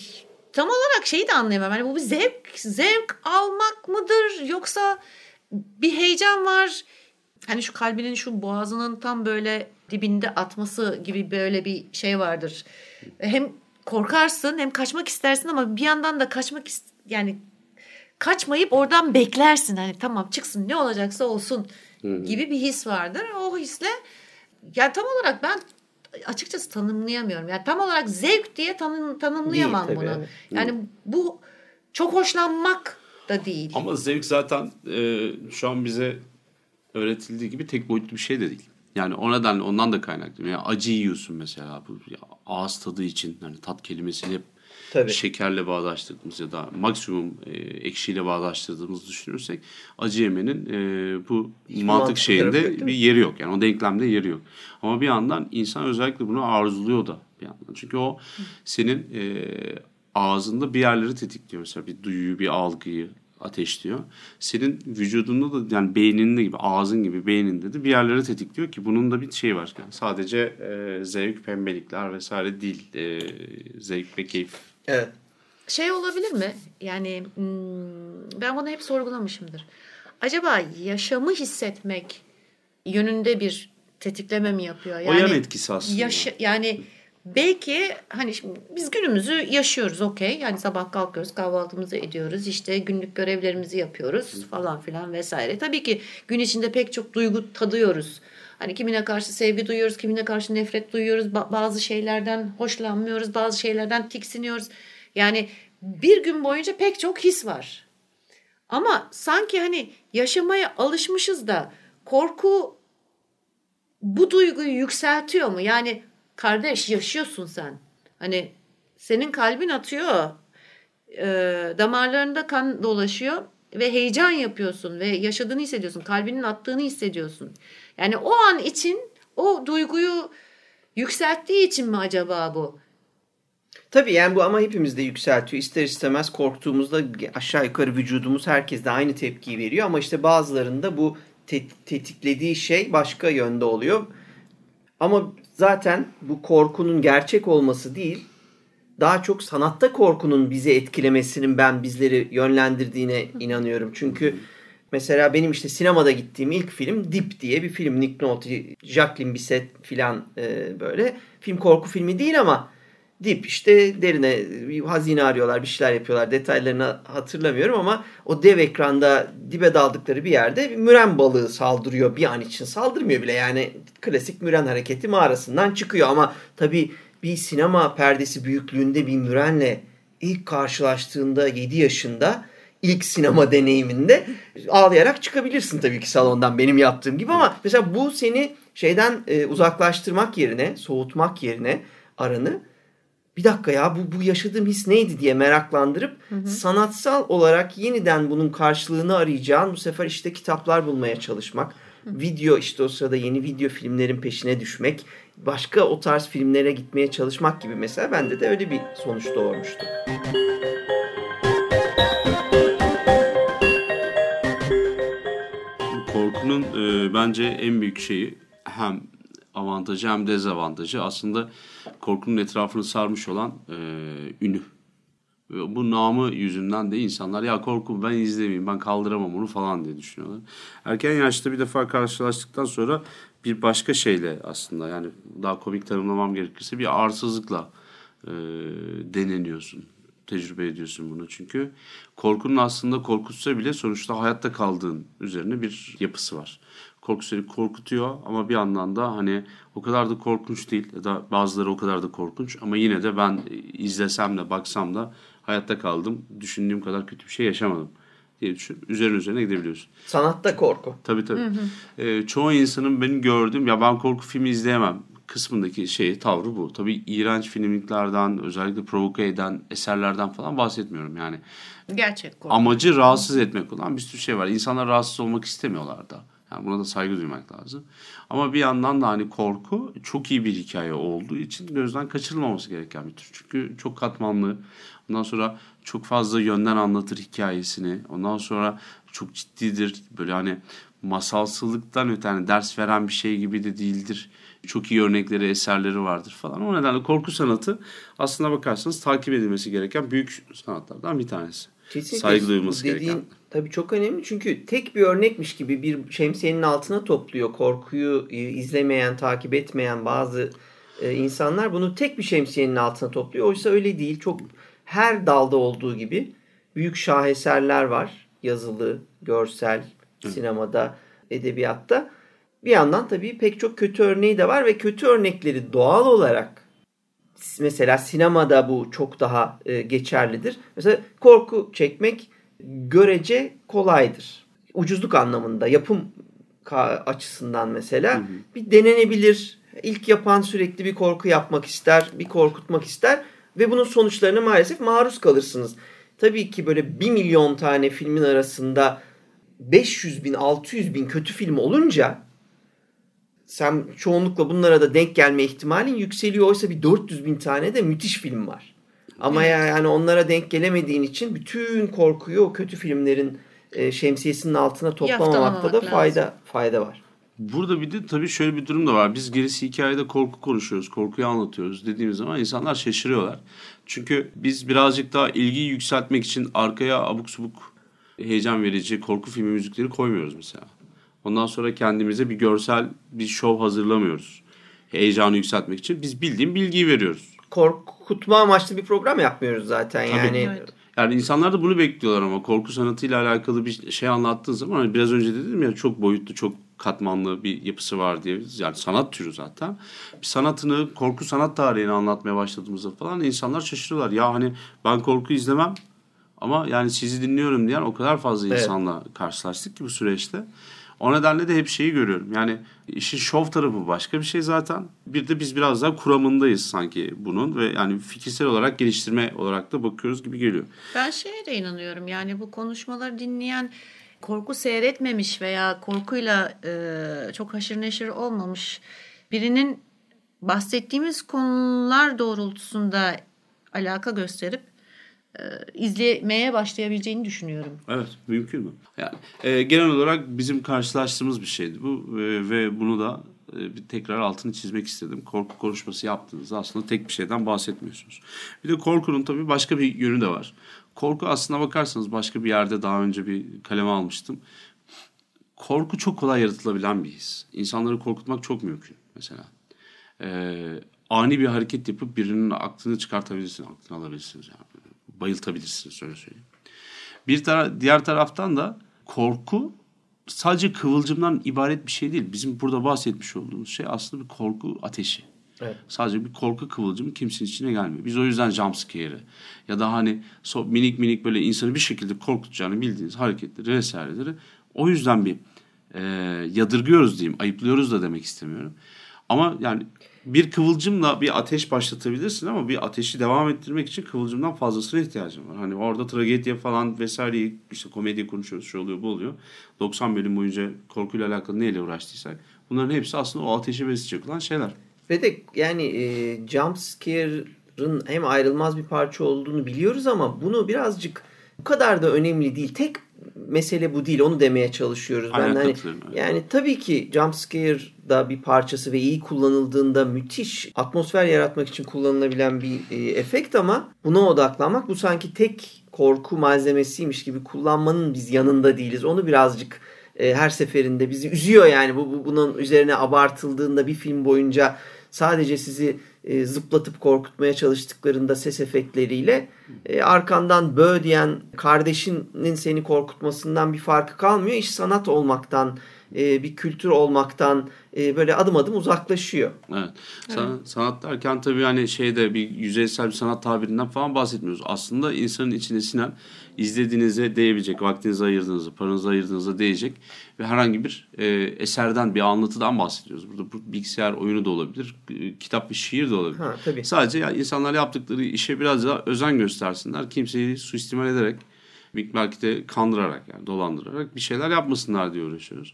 tam olarak şeyi de anlayamam. Yani bu bir zevk, zevk almak mıdır yoksa bir heyecan var. Hani şu kalbinin şu boğazının tam böyle dibinde atması gibi böyle bir şey vardır. Hem korkarsın hem kaçmak istersin ama bir yandan da kaçmak ist- yani kaçmayıp oradan beklersin. Hani tamam çıksın ne olacaksa olsun gibi bir his vardır. O hisle yani tam olarak ben açıkçası tanımlayamıyorum. Yani tam olarak zevk diye tanım, tanımlayamam değil, bunu. tabii, evet. Yani bu çok hoşlanmak da değil. Ama zevk zaten e, şu an bize öğretildiği gibi tek boyutlu bir şey de değil. Yani o nedenle ondan da kaynaklı. Yani acı yiyorsun mesela. Bu ağız tadı için yani tat kelimesiyle hep Tabii. şekerle bağdaştırdığımız ya da maksimum e, ekşiyle bağdaştırdığımızı düşünürsek acı yemenin e, bu Hiçbir mantık mantıklı şeyinde tarafı yok, bir yeri yok. Yani o denklemde yeri yok. Ama bir yandan insan özellikle bunu arzuluyor da bir yandan. Çünkü o senin e, ağzında bir yerleri tetikliyor. Mesela bir duyuyu, bir algıyı ateşliyor. Senin vücudunda da yani beyninde gibi, ağzın gibi beyninde de bir yerleri tetikliyor ki bunun da bir şey var. Yani sadece e, zevk, pembelikler vesaire değil. E, zevk ve keyif. Evet. Şey olabilir mi? Yani hmm, ben bunu hep sorgulamışımdır. Acaba yaşamı hissetmek yönünde bir tetikleme mi yapıyor? Yani o yan etkisi aslında. Yaşa, yani belki hani şimdi biz günümüzü yaşıyoruz okey. Yani sabah kalkıyoruz, kahvaltımızı ediyoruz, işte günlük görevlerimizi yapıyoruz falan filan vesaire. Tabii ki gün içinde pek çok duygu tadıyoruz. Hani kimine karşı sevgi duyuyoruz, kimine karşı nefret duyuyoruz. Ba- bazı şeylerden hoşlanmıyoruz, bazı şeylerden tiksiniyoruz. Yani bir gün boyunca pek çok his var. Ama sanki hani yaşamaya alışmışız da korku bu duyguyu yükseltiyor mu? Yani kardeş yaşıyorsun sen. Hani senin kalbin atıyor, e, damarlarında kan dolaşıyor ve heyecan yapıyorsun ve yaşadığını hissediyorsun. Kalbinin attığını hissediyorsun. Yani o an için o duyguyu yükselttiği için mi acaba bu? Tabii yani bu ama hepimizde yükseltiyor. İster istemez korktuğumuzda aşağı yukarı vücudumuz herkes de aynı tepkiyi veriyor. Ama işte bazılarında bu te- tetiklediği şey başka yönde oluyor. Ama zaten bu korkunun gerçek olması değil, daha çok sanatta korkunun bizi etkilemesinin ben bizleri yönlendirdiğine inanıyorum. Çünkü mesela benim işte sinemada gittiğim ilk film Dip diye bir film. Nick Nolte, Jacqueline Bisset filan e, böyle. Film korku filmi değil ama Dip işte derine bir hazine arıyorlar, bir şeyler yapıyorlar. Detaylarını hatırlamıyorum ama o dev ekranda dibe daldıkları bir yerde bir müren balığı saldırıyor. Bir an için saldırmıyor bile yani klasik müren hareketi mağarasından çıkıyor. Ama tabii bir sinema perdesi büyüklüğünde bir mürenle ilk karşılaştığında yedi yaşında ilk sinema deneyiminde ağlayarak çıkabilirsin tabii ki salondan benim yaptığım gibi ama mesela bu seni şeyden e, uzaklaştırmak yerine, soğutmak yerine aranı bir dakika ya bu, bu yaşadığım his neydi diye meraklandırıp hı hı. sanatsal olarak yeniden bunun karşılığını arayacağın bu sefer işte kitaplar bulmaya çalışmak. Hı. Video işte o sırada yeni video filmlerin peşine düşmek. Başka o tarz filmlere gitmeye çalışmak gibi mesela bende de öyle bir sonuç doğurmuştu. Korkunun e, bence en büyük şeyi hem avantajı hem dezavantajı aslında korkunun etrafını sarmış olan e, ünü. Bu namı yüzünden de insanlar ya korku ben izlemeyeyim ben kaldıramam onu falan diye düşünüyorlar. Erken yaşta bir defa karşılaştıktan sonra bir başka şeyle aslında yani daha komik tanımlamam gerekirse bir arsızlıkla e, deneniyorsun. Tecrübe ediyorsun bunu çünkü korkunun aslında korkutsa bile sonuçta hayatta kaldığın üzerine bir yapısı var. Korku seni korkutuyor ama bir yandan da hani o kadar da korkunç değil ya da bazıları o kadar da korkunç ama yine de ben izlesem de baksam da hayatta kaldım. Düşündüğüm kadar kötü bir şey yaşamadım diye düşün. Üzerine üzerine gidebiliyorsun. Sanatta korku. Tabii tabii. Hı hı. Ee, çoğu insanın benim gördüğüm ya ben korku filmi izleyemem kısmındaki şey tavrı bu. Tabii iğrenç filmliklerden özellikle provoke eden eserlerden falan bahsetmiyorum yani. Gerçek korku. Amacı rahatsız etmek olan bir sürü şey var. İnsanlar rahatsız olmak istemiyorlar da. Yani buna da saygı duymak lazım. Ama bir yandan da hani korku çok iyi bir hikaye olduğu için gözden kaçırılmaması gereken bir tür. Çünkü çok katmanlı. Ondan sonra çok fazla yönden anlatır hikayesini. Ondan sonra çok ciddidir. Böyle hani masalsılıktan öte hani ders veren bir şey gibi de değildir. çok iyi örnekleri, eserleri vardır falan. O nedenle korku sanatı aslına bakarsanız takip edilmesi gereken büyük sanatlardan bir tanesi. Kesinlikle. Saygı duyulması dediğin, gereken. Tabii çok önemli çünkü tek bir örnekmiş gibi bir şemsiyenin altına topluyor korkuyu izlemeyen, takip etmeyen bazı e, insanlar bunu tek bir şemsiyenin altına topluyor. Oysa öyle değil. Çok her dalda olduğu gibi büyük şaheserler var. Yazılı, görsel, sinemada, edebiyatta. Bir yandan tabii pek çok kötü örneği de var ve kötü örnekleri doğal olarak mesela sinemada bu çok daha e, geçerlidir. Mesela korku çekmek görece kolaydır. Ucuzluk anlamında, yapım açısından mesela hı hı. bir denenebilir. İlk yapan sürekli bir korku yapmak ister, bir korkutmak ister ve bunun sonuçlarına maalesef maruz kalırsınız. Tabii ki böyle bir milyon tane filmin arasında beş yüz bin, altı yüz bin kötü film olunca sen çoğunlukla bunlara da denk gelme ihtimalin yükseliyor. Oysa bir dört yüz bin tane de müthiş film var. Ama evet. yani onlara denk gelemediğin için bütün korkuyu o kötü filmlerin e, şemsiyesinin altına toplamamakta da fayda lazım. fayda var. Burada bir de tabii şöyle bir durum da var. Biz gerisi hikayede korku konuşuyoruz, korkuyu anlatıyoruz dediğimiz zaman insanlar şaşırıyorlar. Çünkü biz birazcık daha ilgiyi yükseltmek için arkaya abuk subuk heyecan verici korku filmi müzikleri koymuyoruz mesela. Ondan sonra kendimize bir görsel bir şov hazırlamıyoruz. Heyecanı yükseltmek için biz bildiğin bilgiyi veriyoruz. Korkutma amaçlı bir program yapmıyoruz zaten. Tabii. Yani Evet. Yani insanlar da bunu bekliyorlar ama korku sanatıyla alakalı bir şey anlattığın zaman hani biraz önce dedim ya çok boyutlu, çok katmanlı bir yapısı var diye. Yani sanat türü zaten. Bir sanatını, korku sanat tarihini anlatmaya başladığımızda falan insanlar şaşırıyorlar. Ya hani ben korku izlemem ama yani sizi dinliyorum diyen o kadar fazla evet. insanla karşılaştık ki bu süreçte. O nedenle de hep şeyi görüyorum. Yani işin şov tarafı başka bir şey zaten. Bir de biz biraz daha kuramındayız sanki bunun ve yani fikirsel olarak geliştirme olarak da bakıyoruz gibi geliyor. Ben şeye de inanıyorum. Yani bu konuşmaları dinleyen korku seyretmemiş veya korkuyla e, çok haşır neşir olmamış birinin bahsettiğimiz konular doğrultusunda alaka gösterip izlemeye başlayabileceğini düşünüyorum. Evet, mümkün mü? Yani e, genel olarak bizim karşılaştığımız bir şeydi bu e, ve bunu da e, bir tekrar altını çizmek istedim. Korku konuşması yaptığınızda aslında tek bir şeyden bahsetmiyorsunuz. Bir de korkunun tabii başka bir yönü de var. Korku aslına bakarsanız başka bir yerde daha önce bir kaleme almıştım. Korku çok kolay yaratılabilen bir his. İnsanları korkutmak çok mümkün mesela. E, ani bir hareket yapıp birinin aklını çıkartabilirsiniz, aklını alabilirsiniz yani. Bayıltabilirsiniz öyle söyleyeyim. Bir tara- diğer taraftan da korku sadece kıvılcımdan ibaret bir şey değil. Bizim burada bahsetmiş olduğumuz şey aslında bir korku ateşi. Evet. Sadece bir korku kıvılcımı kimsenin içine gelmiyor. Biz o yüzden jumpscare'i ya da hani so- minik minik böyle insanı bir şekilde korkutacağını bildiğiniz hareketleri vesaireleri o yüzden bir e, yadırgıyoruz diyeyim. Ayıplıyoruz da demek istemiyorum. Ama yani bir kıvılcımla bir ateş başlatabilirsin ama bir ateşi devam ettirmek için kıvılcımdan fazlasına ihtiyacın var. Hani orada tragedya falan vesaireyi işte komedi konuşuyoruz, şu oluyor bu oluyor. doksan bölüm boyunca korkuyla alakalı neyle uğraştıysak bunların hepsi aslında o ateşi besleyecek olan şeyler. Ve de yani e, jump scare'ın hem ayrılmaz bir parça olduğunu biliyoruz ama bunu birazcık bu kadar da önemli değil. Tek mesele bu değil. Onu demeye çalışıyoruz. Aynen, ben hani yani tabii ki jump scare da bir parçası ve iyi kullanıldığında müthiş atmosfer yaratmak için kullanılabilen bir e, efekt ama buna odaklanmak bu sanki tek korku malzemesiymiş gibi kullanmanın biz yanında değiliz. Onu birazcık e, her seferinde bizi üzüyor yani bu, bu bunun üzerine abartıldığında bir film boyunca sadece sizi e, zıplatıp korkutmaya çalıştıklarında ses efektleriyle e, arkandan bö diyen kardeşinin seni korkutmasından bir farkı kalmıyor. İş sanat olmaktan, e, bir kültür olmaktan e, böyle adım adım uzaklaşıyor. Evet. San, evet. Sanat derken tabii hani şeyde bir yüzeysel bir sanat tabirinden falan bahsetmiyoruz. Aslında insanın içine sinen, izlediğinize değebilecek, vaktinizi ayırdığınızda, paranızı ayırdığınızda değecek ve herhangi bir e, eserden, bir anlatıdan bahsediyoruz. Burada bu bilgisayar oyunu da olabilir, e, kitap ve şiir de olabilir. Ha, tabii. Sadece yani insanlar yaptıkları işe biraz daha özen göstersinler. Kimseyi suistimal ederek, belki de kandırarak yani dolandırarak bir şeyler yapmasınlar diye uğraşıyoruz.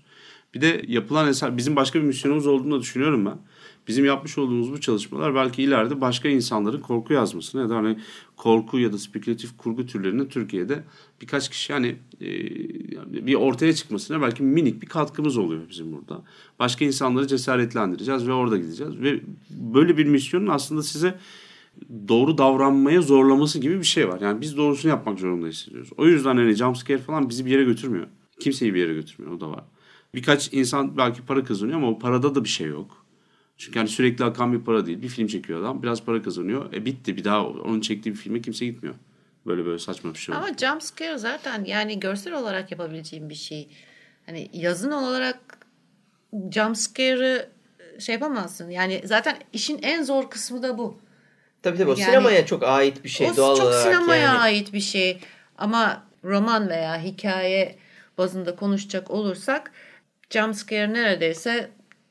Bir de yapılan eser, bizim başka bir misyonumuz olduğunu da düşünüyorum ben. Bizim yapmış olduğumuz bu çalışmalar belki ileride başka insanların korku yazmasını ya da hani korku ya da spekülatif kurgu türlerinin Türkiye'de birkaç kişi hani e, bir ortaya çıkmasına belki minik bir katkımız oluyor bizim burada. Başka insanları cesaretlendireceğiz ve orada gideceğiz. Ve böyle bir misyonun aslında size doğru davranmaya zorlaması gibi bir şey var. Yani biz doğrusunu yapmak zorunda hissediyoruz. O yüzden hani jumpscare falan bizi bir yere götürmüyor. Kimseyi bir yere götürmüyor, o da var. Birkaç insan belki para kazanıyor ama o parada da bir şey yok. Çünkü hani sürekli akan bir para değil. Bir film çekiyor adam, biraz para kazanıyor. E bitti, bir daha onun çektiği bir filme kimse gitmiyor. Böyle böyle saçma bir şey oluyor. Ama jumpscare zaten yani görsel olarak yapabileceğim bir şey. Hani yazın olarak jumpscare'ı şey yapamazsın. Yani zaten işin en zor kısmı da bu. Tabii tabii o Yani, sinemaya çok ait bir şey o doğal çok olarak. sinemaya yani. ait bir şey. Ama roman veya hikaye bazında konuşacak olursak jumpscare neredeyse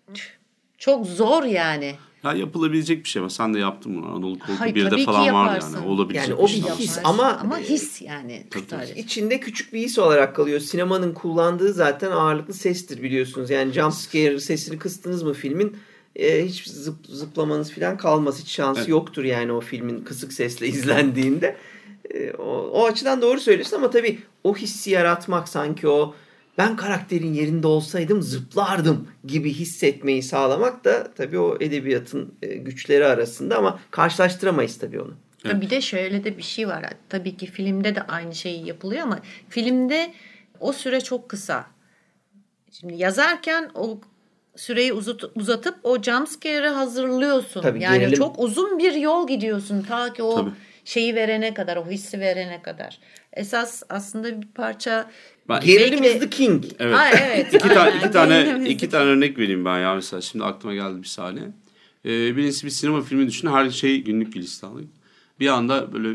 çok zor yani. Ya yapılabilecek bir şey ama sen de yaptın bunu. Anadolu Korku Hayır, birde tabii falan ki vardı yaparsın. yani. Olabilecek Yani o bir şey. bir his Yaparsın. ama ama his yani. İçinde küçük bir his olarak kalıyor. Sinemanın kullandığı zaten ağırlıklı sestir biliyorsunuz. Yani jumpscare sesini kıstınız mı filmin e, hiç zıp, zıplamanız falan kalmaz. Hiç şansı Evet. yoktur yani o filmin kısık sesle izlendiğinde. E, o, o açıdan doğru söylüyorsun ama tabii o hissi yaratmak sanki o ben karakterin yerinde olsaydım zıplardım gibi hissetmeyi sağlamak da tabii o edebiyatın e, güçleri arasında ama karşılaştıramayız tabii onu. Evet. Bir de şöyle de bir şey var. Tabii ki filmde de aynı şey yapılıyor ama filmde o süre çok kısa. Şimdi yazarken o süreyi uzat, uzatıp o jumpscare'ı hazırlıyorsun. Tabii, yani gerilim. çok uzun bir yol gidiyorsun ta ki o Tabii. şeyi verene kadar, o hissi verene kadar. Esas aslında bir parça Ben- Gerilim Belki is de- the king. Evet. Ha, evet. iki, ta- aynen. iki tane Gerilim iki tane örnek vereyim ben ya mesela şimdi aklıma geldi bir saniye. Ee, birincisi bir sinema filmi düşün, her şey günlük gülistanlık. Bir anda böyle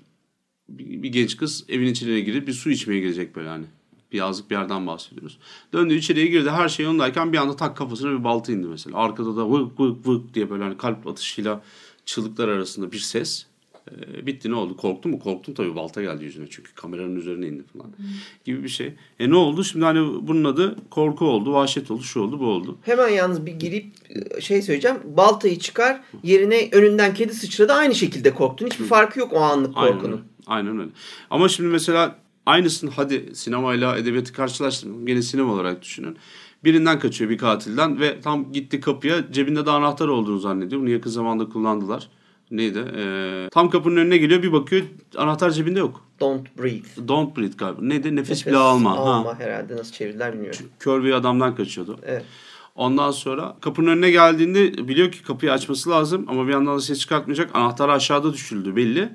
bir, bir genç kız evin içine girip bir su içmeye girecek böyle hani. Bir yazlık bir yerden bahsediyoruz. Döndü içeriye girdi, her şey yolundayken bir anda tak kafasına bir balta indi mesela. Arkada da vık vık vık diye böyle hani kalp atışıyla çığlıklar arasında bir ses. Ee, bitti, ne oldu? Korktun mu? Korktum tabii, balta geldi yüzüne çünkü kameranın üzerine indi falan gibi bir şey. E ne oldu? Şimdi hani bunun adı korku oldu, vahşet oldu, şu oldu, bu oldu. Hemen yalnız bir girip şey söyleyeceğim. Baltayı çıkar, yerine önünden kedi sıçradı, aynı şekilde korktun. Hiçbir farkı yok o anlık Aynen korkunun. öyle. Aynen öyle. Ama şimdi mesela aynısını hadi sinemayla edebiyatı karşılaştırın. Gene sinema olarak düşünün. Birinden kaçıyor, bir katilden ve tam gitti kapıya, cebinde de anahtar olduğunu zannediyor. Bunu yakın zamanda kullandılar. Neydi? Ee, tam kapının önüne geliyor, bir bakıyor anahtar cebinde yok. Don't breathe. Don't breathe galiba. Neydi? Nefes, Nefes bile alma. alma Ha. herhalde, nasıl çevirdiler bilmiyorum. Kör bir adamdan kaçıyordu. Evet. Ondan sonra kapının önüne geldiğinde biliyor ki kapıyı açması lazım ama bir yandan da ses çıkartmayacak. Anahtar aşağıda düşüldü belli.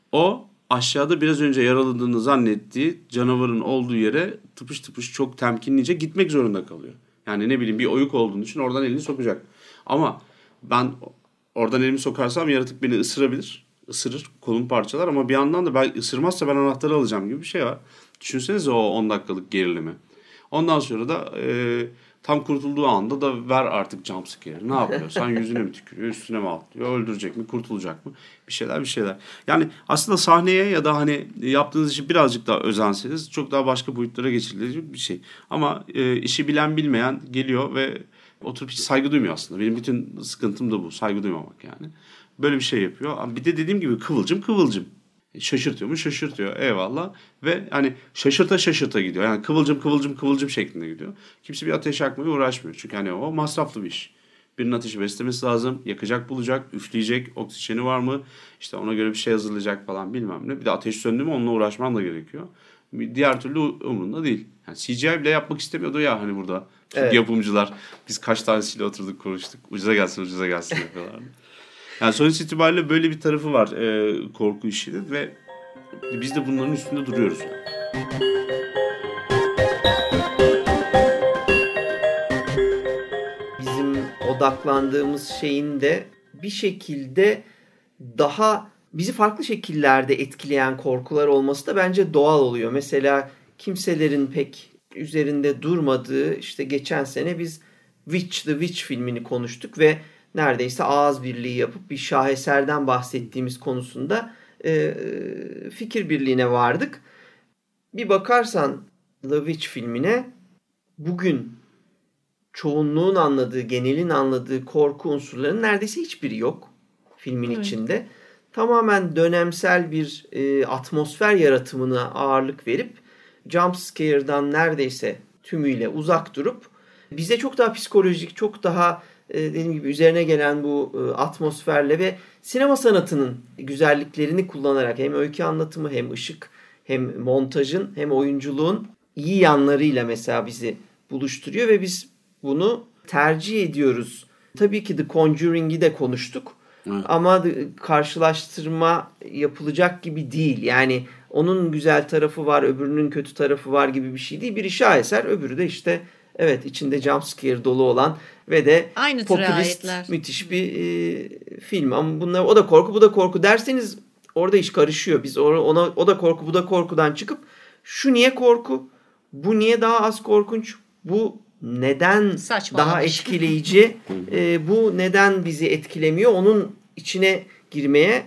O aşağıda biraz önce yaraladığını zannettiği canavarın olduğu yere tıpış tıpış çok temkinlice gitmek zorunda kalıyor. Yani ne bileyim bir oyuk olduğunu için oradan elini sokacak. Ama ben oradan elimi sokarsam yaratık beni ısırabilir. Isırır, kolum parçalar ama bir yandan da ben ısırmazsa ben anahtarı alacağım gibi bir şey var. Düşünsenize o on dakikalık gerilimi. Ondan sonra da e, tam kurtulduğu anda da ver artık jumpscare'ı. Ne yapıyor? Sen yüzüne mi tükürüyor, üstüne mi atlıyor, öldürecek mi, kurtulacak mı? Bir şeyler bir şeyler. Yani aslında sahneye ya da hani yaptığınız işi birazcık daha özenseniz çok daha başka boyutlara geçirilecek bir şey. Ama e, işi bilen bilmeyen geliyor ve oturup hiç saygı duymuyor aslında. Benim bütün sıkıntım da bu. Saygı duymamak yani. Böyle bir şey yapıyor. Bir de dediğim gibi kıvılcım kıvılcım. Şaşırtıyor mu? Şaşırtıyor. Eyvallah. Ve hani şaşırta şaşırta gidiyor. Yani kıvılcım kıvılcım kıvılcım şeklinde gidiyor. Kimse bir ateş yakmaya uğraşmıyor. Çünkü hani o masraflı bir iş. Birinin ateşi beslemesi lazım. Yakacak bulacak, üfleyecek, oksijeni var mı? İşte ona göre bir şey hazırlayacak falan bilmem ne. Bir de ateş söndü mü onunla uğraşman da gerekiyor. Diğer türlü umurunda değil. Yani C G I bile yapmak istemiyordu ya hani burada. Çünkü evet. Yapımcılar biz kaç tanesiyle oturduk konuştuk. Ucuza gelsin ucuza gelsin yapıyorlardı. Yani sonuç itibariyle böyle bir tarafı var e, korku işinin ve biz de bunların üstünde duruyoruz. Bizim odaklandığımız şeyin de bir şekilde daha bizi farklı şekillerde etkileyen korkular olması da bence doğal oluyor. Mesela kimselerin pek üzerinde durmadığı, işte geçen sene biz Witch the Witch filmini konuştuk ve neredeyse ağız birliği yapıp bir şaheserden bahsettiğimiz konusunda e, fikir birliğine vardık. Bir bakarsan The Witch filmine bugün çoğunluğun anladığı, genelin anladığı korku unsurlarının neredeyse hiçbiri yok filmin Evet. içinde. Tamamen dönemsel bir e, atmosfer yaratımına ağırlık verip jump scare'dan neredeyse tümüyle uzak durup bize çok daha psikolojik, çok daha e, dediğim gibi üzerine gelen bu e, atmosferle ve sinema sanatının güzelliklerini kullanarak hem öykü anlatımı hem ışık hem montajın hem oyunculuğun iyi yanlarıyla mesela bizi buluşturuyor ve biz bunu tercih ediyoruz. Tabii ki The Conjuring'i de konuştuk. Evet. Ama karşılaştırma yapılacak gibi değil. Yani onun güzel tarafı var, öbürünün kötü tarafı var gibi bir şey değil. Biri şaheser, öbürü de işte evet içinde jumpscare dolu olan ve de Aynı popülist müthiş bir e, film. Ama bunlar o da korku, bu da korku derseniz orada iş karışıyor. Biz ona o da korku, bu da korkudan çıkıp şu niye korku? Bu niye daha az korkunç? Bu neden daha etkileyici? e, bu neden bizi etkilemiyor? Onun içine girmeye,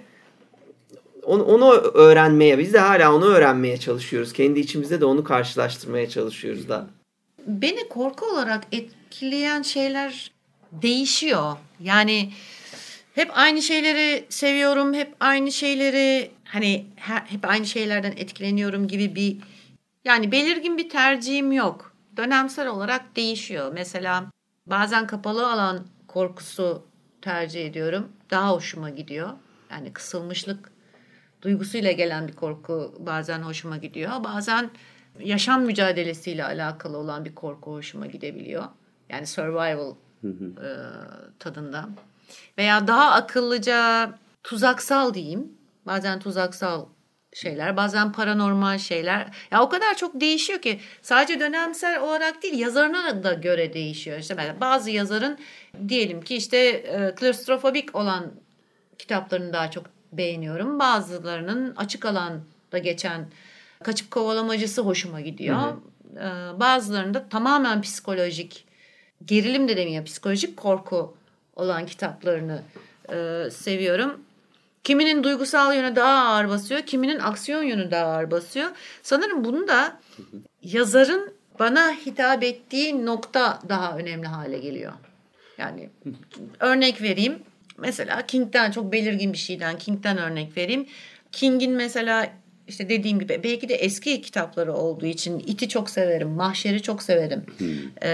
onu, onu öğrenmeye, biz de hala onu öğrenmeye çalışıyoruz. Kendi içimizde de onu karşılaştırmaya çalışıyoruz da. Beni korku olarak etkileyen şeyler değişiyor. Yani hep aynı şeyleri seviyorum, hep aynı şeyleri hani hep aynı şeylerden etkileniyorum gibi bir yani belirgin bir tercihim yok. Dönemsel olarak değişiyor. Mesela bazen kapalı alan korkusu tercih ediyorum. Daha hoşuma gidiyor. Yani kısılmışlık duygusuyla gelen bir korku bazen hoşuma gidiyor. Bazen yaşam mücadelesiyle alakalı olan bir korku hoşuma gidebiliyor. Yani survival e, tadında. Veya daha akıllıca tuzaksal diyeyim. Bazen tuzaksal şeyler, bazen paranormal şeyler. Ya o kadar çok değişiyor ki sadece dönemsel olarak değil, yazarına da göre değişiyor. İşte mesela bazı yazarın diyelim ki işte e, klostrofobik olan kitaplarını daha çok beğeniyorum. Bazılarının açık alanda geçen kaçıp kovalamacısı hoşuma gidiyor. Hı hı. E, bazılarında tamamen psikolojik, gerilim de demeyeyim, psikolojik korku olan kitaplarını e, seviyorum. Kiminin duygusal yönü daha ağır basıyor, kiminin aksiyon yönü daha ağır basıyor. Sanırım bunu da yazarın bana hitap ettiği nokta daha önemli hale geliyor. Yani örnek vereyim. Mesela King'den, çok belirgin bir şeyden, King'den örnek vereyim. King'in mesela işte dediğim gibi belki de eski kitapları olduğu için It'i çok severim, Mahşer'i çok severim. Hmm. Ee,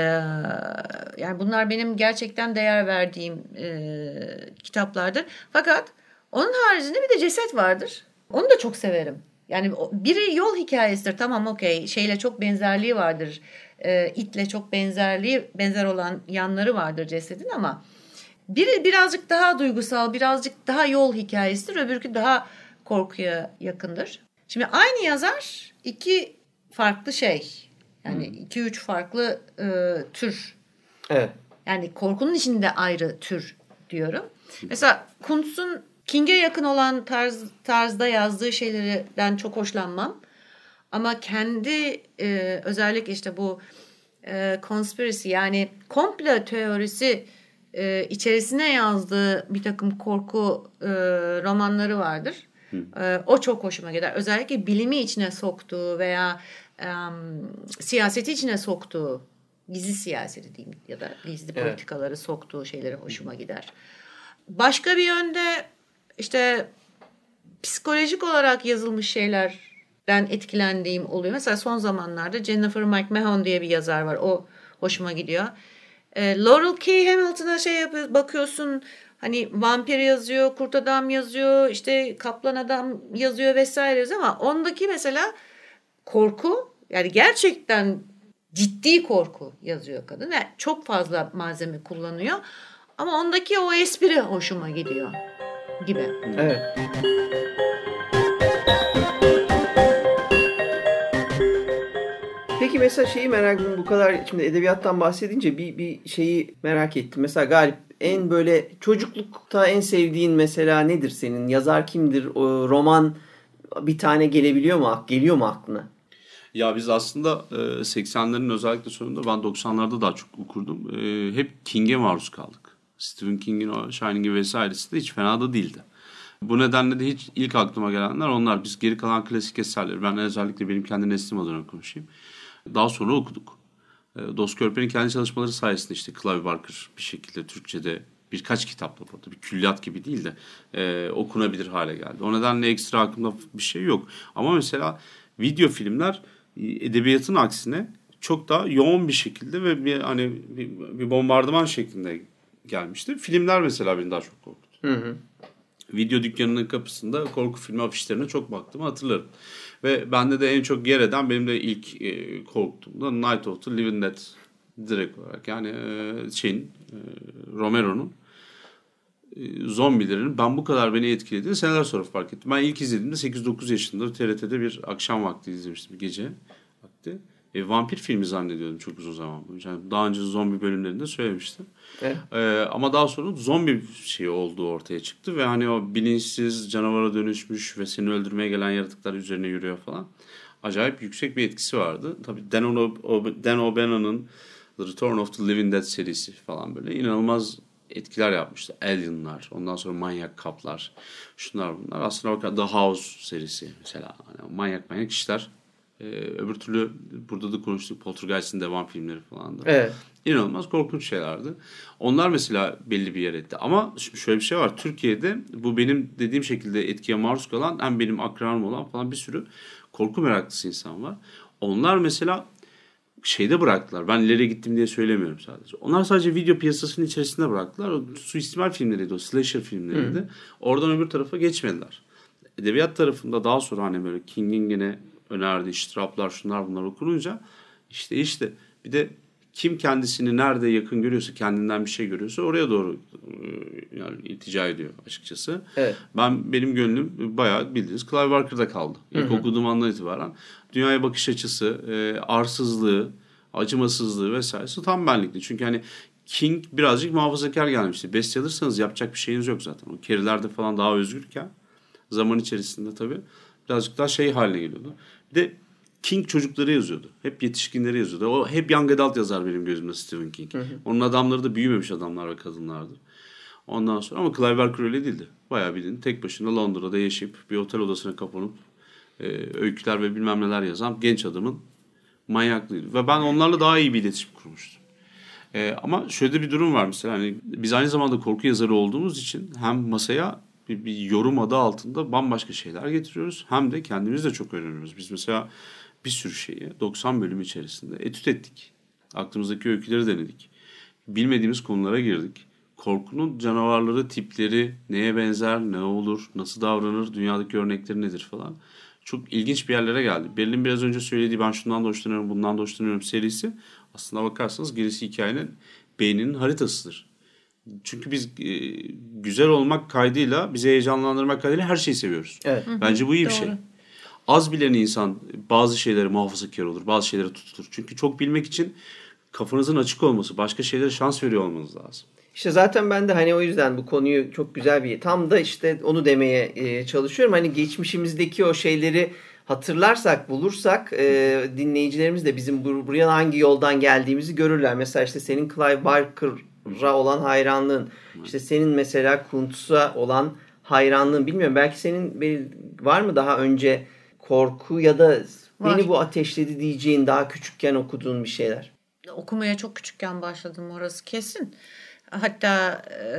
yani bunlar benim gerçekten değer verdiğim e, kitaplardır. Fakat onun haricinde bir de Ceset vardır. Onu da çok severim. Yani biri yol hikayesidir. Tamam, okey. Şeyle çok benzerliği vardır. E, It'le çok benzerliği, benzer olan yanları vardır Ceset'in ama biri birazcık daha duygusal, birazcık daha yol hikayesidir. Öbürkü daha korkuya yakındır. Şimdi aynı yazar iki farklı şey. Yani hmm. iki üç farklı e, tür. Evet. Yani korkunun içinde ayrı tür diyorum. Mesela Kuntz'un King'e yakın olan tarz, tarzda yazdığı şeylerden çok hoşlanmam. Ama kendi e, özellikle işte bu e, conspiracy yani komplo teorisi e, içerisine yazdığı bir takım korku e, romanları vardır. E, o çok hoşuma gider. Özellikle bilimi içine soktuğu veya e, siyaseti içine soktuğu, gizli siyaseti diyeyim ya da gizli evet. politikaları soktuğu şeyleri hoşuma gider. Başka bir yönde işte psikolojik olarak yazılmış şeylerden etkilendiğim oluyor. Mesela son zamanlarda Jennifer McMahon diye bir yazar var. O hoşuma gidiyor. E, Laurel K. Hamilton'a şey yapıyor, bakıyorsun hani vampir yazıyor, kurt adam yazıyor, işte kaplan adam yazıyor vesaire yazıyor ama ondaki mesela korku yani gerçekten ciddi korku yazıyor kadın. Yani çok fazla malzeme kullanıyor. Ama ondaki o espri hoşuma gidiyor gibi. Evet. Peki mesela şeyi merak ediyorum, bu kadar şimdi edebiyattan bahsedince bir bir şeyi merak ettim. Mesela Galip, en böyle çocuklukta en sevdiğin mesela nedir senin? Yazar kimdir? O roman bir tane gelebiliyor mu? Geliyor mu aklına? Ya biz aslında e, seksenlerin özellikle sonunda, ben doksanlarda daha çok okurdum. E, hep King'e maruz kaldık. Stephen King'in o Shining'i vesairesi de hiç fena da değildi. Bu nedenle de hiç ilk aklıma gelenler onlar. Biz geri kalan klasik eserleri, ben özellikle benim kendi neslim adına konuşayım, daha sonra okuduk. Dost Körper'in kendi çalışmaları sayesinde işte Clive Barker bir şekilde Türkçe'de birkaç kitapla burada bir külliyat gibi değil de e, okunabilir hale geldi. O nedenle ekstra aklımda bir şey yok. Ama mesela video filmler edebiyatın aksine çok daha yoğun bir şekilde ve bir hani bir, bir bombardıman şeklinde gelmişti. Filmler mesela beni daha çok korkuttu. Hı hı. Video dükkanının kapısında korku filmi afişlerine çok baktım, hatırlarım. Ve bende de en çok yer eden benim de ilk e, korktuğumda Night of the Living Dead direkt olarak. Yani e, şeyin e, Romero'nun e, zombilerin ben bu kadar beni etkilediğini seneler sonra fark ettim. Ben ilk izlediğimde sekiz dokuz yaşında T R T'de bir akşam vakti izlemiştim, gece vakti. E, vampir filmi zannediyordum çok uzun zaman boyunca. Yani daha önce zombi bölümlerinde söylemiştim. Evet. E, ama daha sonra zombi şeyi olduğu ortaya çıktı ve hani o bilinçsiz canavara dönüşmüş ve seni öldürmeye gelen yaratıklar üzerine yürüyor falan. Acayip yüksek bir etkisi vardı. Tabii Dan, o- Dan O'Bannon'ın The Return of the Living Dead serisi falan böyle inanılmaz etkiler yapmıştı. Alien'lar, ondan sonra manyak kaplar, şunlar bunlar. Aslında bakın The House serisi mesela. Hani manyak manyak işler. Ee, öbür türlü burada da konuştuk Poltergeist'in devam filmleri falan da. Evet. İnanılmaz korkunç şeylerdi. Onlar mesela belli bir yer etti. Ama şimdi şöyle bir şey var. Türkiye'de bu benim dediğim şekilde etkiye maruz kalan hem benim akranım olan falan bir sürü korku meraklısı insan var. Onlar mesela şeyde bıraktılar. Ben ileri gittim diye söylemiyorum sadece. Onlar sadece video piyasasının içerisinde bıraktılar. O suistimal filmleriydi, o slasher filmleriydi. Hı. Oradan öbür tarafa geçmediler. Edebiyat tarafında daha sonra hani böyle King'in yine önerdiği ştraplar şunlar bunlar okununca işte işte bir de kim kendisini nerede yakın görüyorsa, kendinden bir şey görüyorsa oraya doğru yani iltica ediyor açıkçası. Evet. Ben benim gönlüm bayağı bildiğiniz Clive Barker'da kaldı. İlk hı hı. okuduğum andan itibaren dünyaya bakış açısı, e, arsızlığı, acımasızlığı vesairesi tam benlikti. Çünkü hani King birazcık muhafazakar gelmişti. Bestie alırsanız yapacak bir şeyiniz yok zaten. O kerilerde falan daha özgürken zaman içerisinde tabii birazcık daha şey haline geliyordu. Bir de King çocukları yazıyordu. Hep yetişkinleri yazıyordu. O hep young adult yazar benim gözümde Stephen King. Hı hı. Onun adamları da büyümemiş adamlar ve kadınlardı. Ondan sonra ama Clive Barker öyle değildi. Bayağı bildiğin tek başına Londra'da yaşayıp bir otel odasına kapanıp e, öyküler ve bilmem neler yazan genç adamın manyaklığıydı. Ve ben onlarla daha iyi bir iletişim kurmuştum. E, ama şöyle bir durum var mesela. Hani biz aynı zamanda korku yazarı olduğumuz için hem masaya bir, bir yorum adı altında bambaşka şeyler getiriyoruz. Hem de kendimiz de çok öğreniyoruz. Biz mesela bir sürü şeyi doksan bölüm içerisinde etüt ettik. Aklımızdaki öyküleri denedik. Bilmediğimiz konulara girdik. Korkunun canavarları, tipleri, neye benzer, ne olur, nasıl davranır, dünyadaki örnekleri nedir falan. Çok ilginç bir yerlere geldi. Berlin biraz önce söylediği ben şundan da hoşlanıyorum, bundan da hoşlanıyorum serisi. Aslına bakarsanız gerisi hikayenin beyninin haritasıdır. Çünkü biz e, güzel olmak kaydıyla, bizi heyecanlandırmak kaydıyla her şeyi seviyoruz. Evet. Bence bu iyi bir Doğru. şey. Az bilen insan bazı şeylere muhafazakar olur, bazı şeylere tutulur. Çünkü çok bilmek için kafanızın açık olması, başka şeylere şans veriyor olmanız lazım. İşte zaten ben de hani o yüzden bu konuyu çok güzel bir tam da işte onu demeye e, çalışıyorum. Hani geçmişimizdeki o şeyleri hatırlarsak, bulursak e, dinleyicilerimiz de bizim bur- buraya hangi yoldan geldiğimizi görürler. Mesela işte senin Clive Barker'a olan hayranlığın, işte senin mesela Kuntz'a olan hayranlığın, bilmiyorum belki senin var mı daha önce korku ya da var. Beni bu ateşledi diyeceğin daha küçükken okuduğun bir şeyler? Okumaya çok küçükken başladım, orası kesin. Hatta e,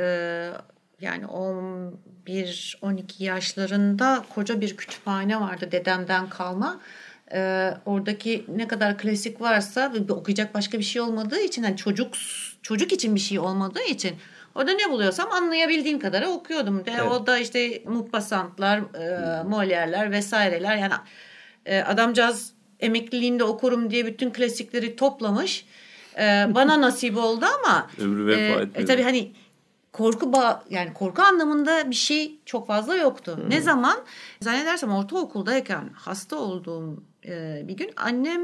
yani on bir on iki yaşlarında koca bir kütüphane vardı dedemden kalma. E, oradaki ne kadar klasik varsa okuyacak başka bir şey olmadığı için, yani çocuk çocuk için bir şey olmadığı için orada ne buluyorsam anlayabildiğim kadarı okuyordum. De, evet. O da işte Maupassant'lar, e, Molière'ler vesaireler. Yani e, adamcağız emekliliğinde okurum diye bütün klasikleri toplamış. Ee, bana nasip oldu ama ömrü vefa etmedi. E, tabii hani korku ba- yani korku anlamında bir şey çok fazla yoktu. Hmm. Ne zaman zannedersem ortaokuldayken hasta olduğum e, bir gün annem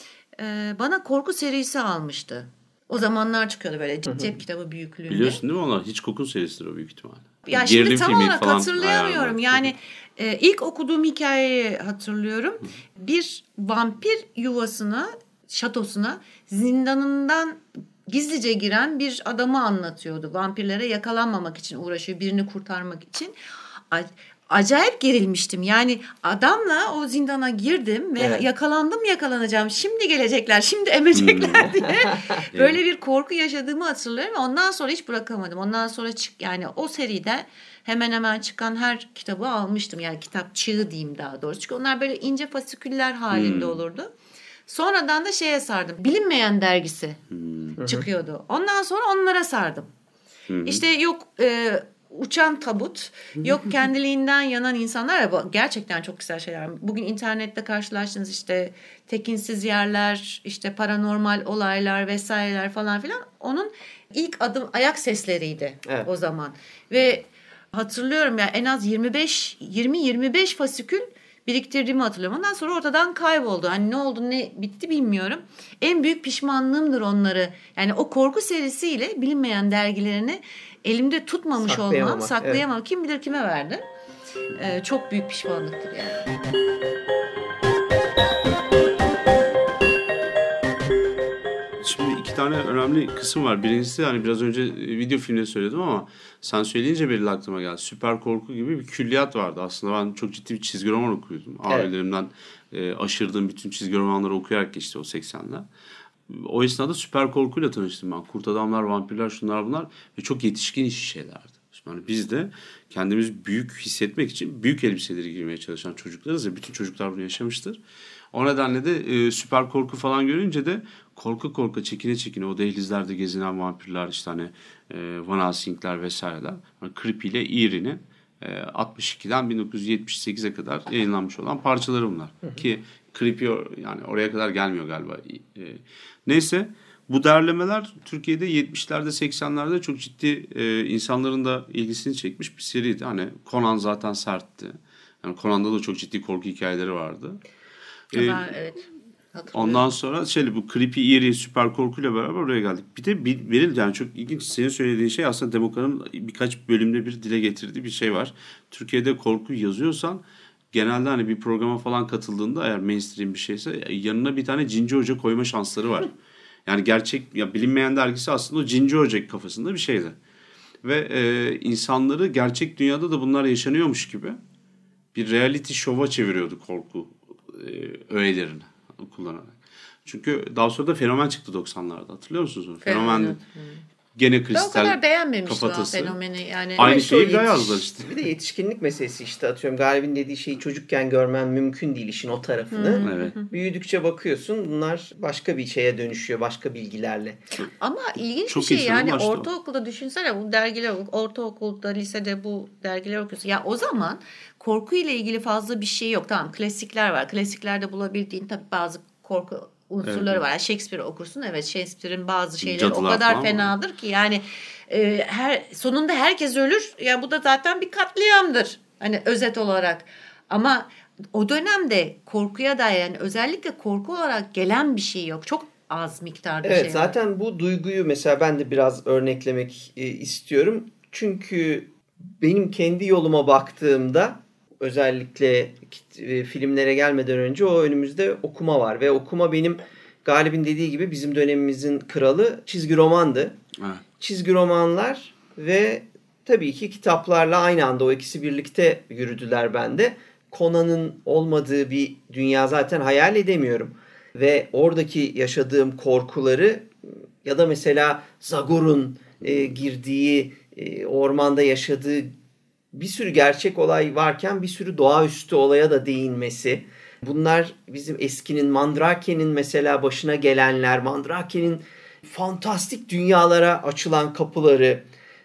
e, bana korku serisi almıştı. O zamanlar çıkıyordu böyle cep, cep kitabı büyüklüğünde. Biliyorsun değil mi onlar? Hiç kokun serisidir o büyük ihtimalle. Ya yani şimdi tam olarak hatırlayamıyorum. Yani e, ilk okuduğum hikayeyi hatırlıyorum. Hı. Bir vampir yuvasına, şatosuna zindanından gizlice giren bir adamı anlatıyordu. Vampirlere yakalanmamak için uğraşıyor, birini kurtarmak için. acayip gerilmiştim. Yani adamla o zindana girdim ve Evet. yakalandım yakalanacağım. Şimdi gelecekler, şimdi emecekler diye. Böyle bir korku yaşadığımı hatırlıyorum ve ondan sonra hiç bırakamadım. Ondan sonra çık yani o seriden hemen hemen çıkan her kitabı almıştım. Yani kitapçığı diyeyim daha doğrusu. Çünkü onlar böyle ince fasiküller halinde Hmm. olurdu. Sonradan da şeye sardım. Bilinmeyen dergisi Hmm. çıkıyordu. Ondan sonra onlara sardım. Hmm. İşte yok e, uçan tabut, yok kendiliğinden yanan insanlar. Bu gerçekten çok güzel şeyler. Bugün internette karşılaştığınız işte tekinsiz yerler, işte paranormal olaylar vesaireler falan filan. Onun ilk adım ayak sesleriydi Evet. o zaman. Ve hatırlıyorum ya en az yirmi beş yirmi yirmi beş fasikül biriktirdiğimi hatırlıyorum. Ondan sonra ortadan kayboldu. Hani ne oldu ne bitti bilmiyorum. En büyük pişmanlığımdır onları. Yani o korku serisiyle bilinmeyen dergilerini elimde tutmamış olmam, Saklayamamak, saklayamam. Kim bilir kime verdim. Ee, çok büyük pişmanlıktır yani. Şimdi iki tane önemli kısım var. Birincisi hani biraz önce video filmde söyledim ama sen söyleyince belirli aklıma geldi. Süper korku gibi bir külliyat vardı. Aslında ben çok ciddi bir çizgi roman okuyordum. Evet. Abilerimden e, aşırdığım bütün çizgi romanları okuyarak geçti o seksenler. O esnada süper korkuyla tanıştım ben. Kurt adamlar, vampirler, şunlar bunlar ve çok yetişkin işi şeylerdi. Yani biz de kendimizi büyük hissetmek için büyük elbiseleri giymeye çalışan çocuklarız ya. Bütün çocuklar bunu yaşamıştır. O nedenle de e, süper korku falan görünce de korka korka çekine çekine o dehlizlerde gezinen vampirler işte hani e, Van Helsing'ler vesaireler. Yani Creepy ile Eerie'nin e, altmış ikiden bin dokuz yüz yetmiş sekize kadar yayınlanmış olan parçaları bunlar. Hı hı. Ki Creepy yani oraya kadar gelmiyor galiba. E, neyse bu derlemeler Türkiye'de yetmişlerde seksenlerde çok ciddi e, insanların da ilgisini çekmiş bir seriydi. Hani Conan zaten sertti. Yani Conan'da da çok ciddi korku hikayeleri vardı. Ben, ee, evet. Ondan sonra şöyle bu Creepy Eerie süper korkuyla beraber oraya geldik. Bir de bir, verildi yani çok ilginç senin söylediğin şey aslında Demoka'nın birkaç bölümde bir dile getirdiği bir şey var. Türkiye'de korku yazıyorsan genelde hani bir programa falan katıldığında eğer mainstream bir şeyse yanına bir tane Cinci Hoca koyma şansları var. Yani gerçek ya bilinmeyen dergisi aslında o Cinci Hoca kafasında bir şeydi. Ve e, insanları gerçek dünyada da bunlar yaşanıyormuş gibi bir reality show'a çeviriyordu korku e, öğelerini kullanarak. Çünkü daha sonra da Fenomen çıktı doksanlarda. Hatırlıyor musunuz onu? Fenomen, Fenomen gene kristal kafatası. Ben o kadar beğenmemiştim o fenomeni. Yani aynı şeyi bir yazdılar işte. Bir de yetişkinlik meselesi işte atıyorum. Galip'in dediği şeyi çocukken görmen mümkün değil işin o tarafını. Hmm. Evet. Büyüdükçe bakıyorsun bunlar başka bir şeye dönüşüyor. Başka bilgilerle. Ama ilginç çok bir şey yani ulaştı. Ortaokulda düşünsene bu dergiler ortaokulda lisede bu dergiler okuyorsun. Ya o zaman korku ile ilgili fazla bir şey yok. Tamam klasikler var. Klasiklerde bulabildiğin tabii bazı korku unsurları evet. var. Yani Shakespeare okursun. Evet Shakespeare'in bazı şeyleri Cadılar o kadar fenadır var. Ki yani e, her sonunda herkes ölür. Ya yani bu da zaten bir katliamdır. Hani özet olarak. Ama o dönemde korkuya dair yani özellikle korku olarak gelen bir şey yok. Çok az miktarda evet, şey var. Zaten bu duyguyu mesela ben de biraz örneklemek e, istiyorum. Çünkü benim kendi yoluma baktığımda özellikle e, filmlere gelmeden önce o önümüzde okuma var. Ve okuma benim Galip'in dediği gibi bizim dönemimizin kralı çizgi romandı. Evet. Çizgi romanlar ve tabii ki kitaplarla aynı anda o ikisi birlikte yürüdüler bende. Conan'ın olmadığı bir dünya zaten hayal edemiyorum. Ve oradaki yaşadığım korkuları ya da mesela Zagor'un e, girdiği e, ormanda yaşadığı bir sürü gerçek olay varken bir sürü doğaüstü olaya da değinmesi. Bunlar bizim eskinin Mandrake'nin mesela başına gelenler, Mandrake'nin fantastik dünyalara açılan kapıları,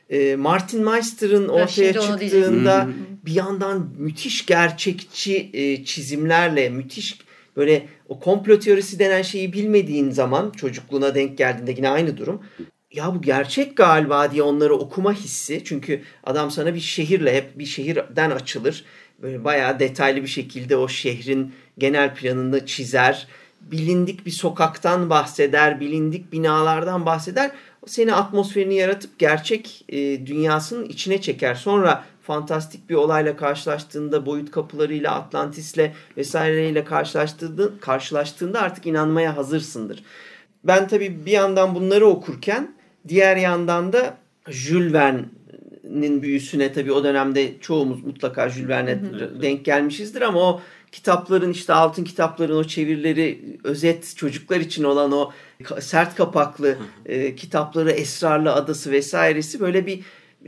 Martin Meister'ın ortaya çıktığında bir yandan müthiş gerçekçi çizimlerle, müthiş böyle o komplo teorisi denen şeyi bilmediğin zaman çocukluğuna denk geldiğinde yine aynı durum. Ya bu gerçek galiba diye onları okuma hissi. Çünkü adam sana bir şehirle hep bir şehirden açılır. Böyle bayağı detaylı bir şekilde o şehrin genel planını çizer. Bilindik bir sokaktan bahseder, bilindik binalardan bahseder. Seni atmosferini yaratıp gerçek e, dünyasının içine çeker. Sonra fantastik bir olayla karşılaştığında, boyut kapılarıyla, Atlantis'le vesaireyle karşılaştığında, karşılaştığında artık inanmaya hazırsındır. Ben tabii bir yandan bunları okurken diğer yandan da Jules Verne Verne'in büyüsüne tabii o dönemde çoğumuz mutlaka Jules Verne'e denk gelmişizdir ama o kitapların işte altın kitapların o çevirileri, özet çocuklar için olan o sert kapaklı e, kitapları, Esrarlı Adası vesairesi böyle bir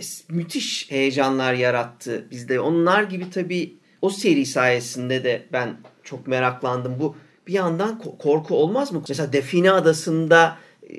müthiş heyecanlar yarattı bizde. Onlar gibi tabii o seri sayesinde de ben çok meraklandım. Bu bir yandan korku olmaz mı? Mesela Define Adası'nda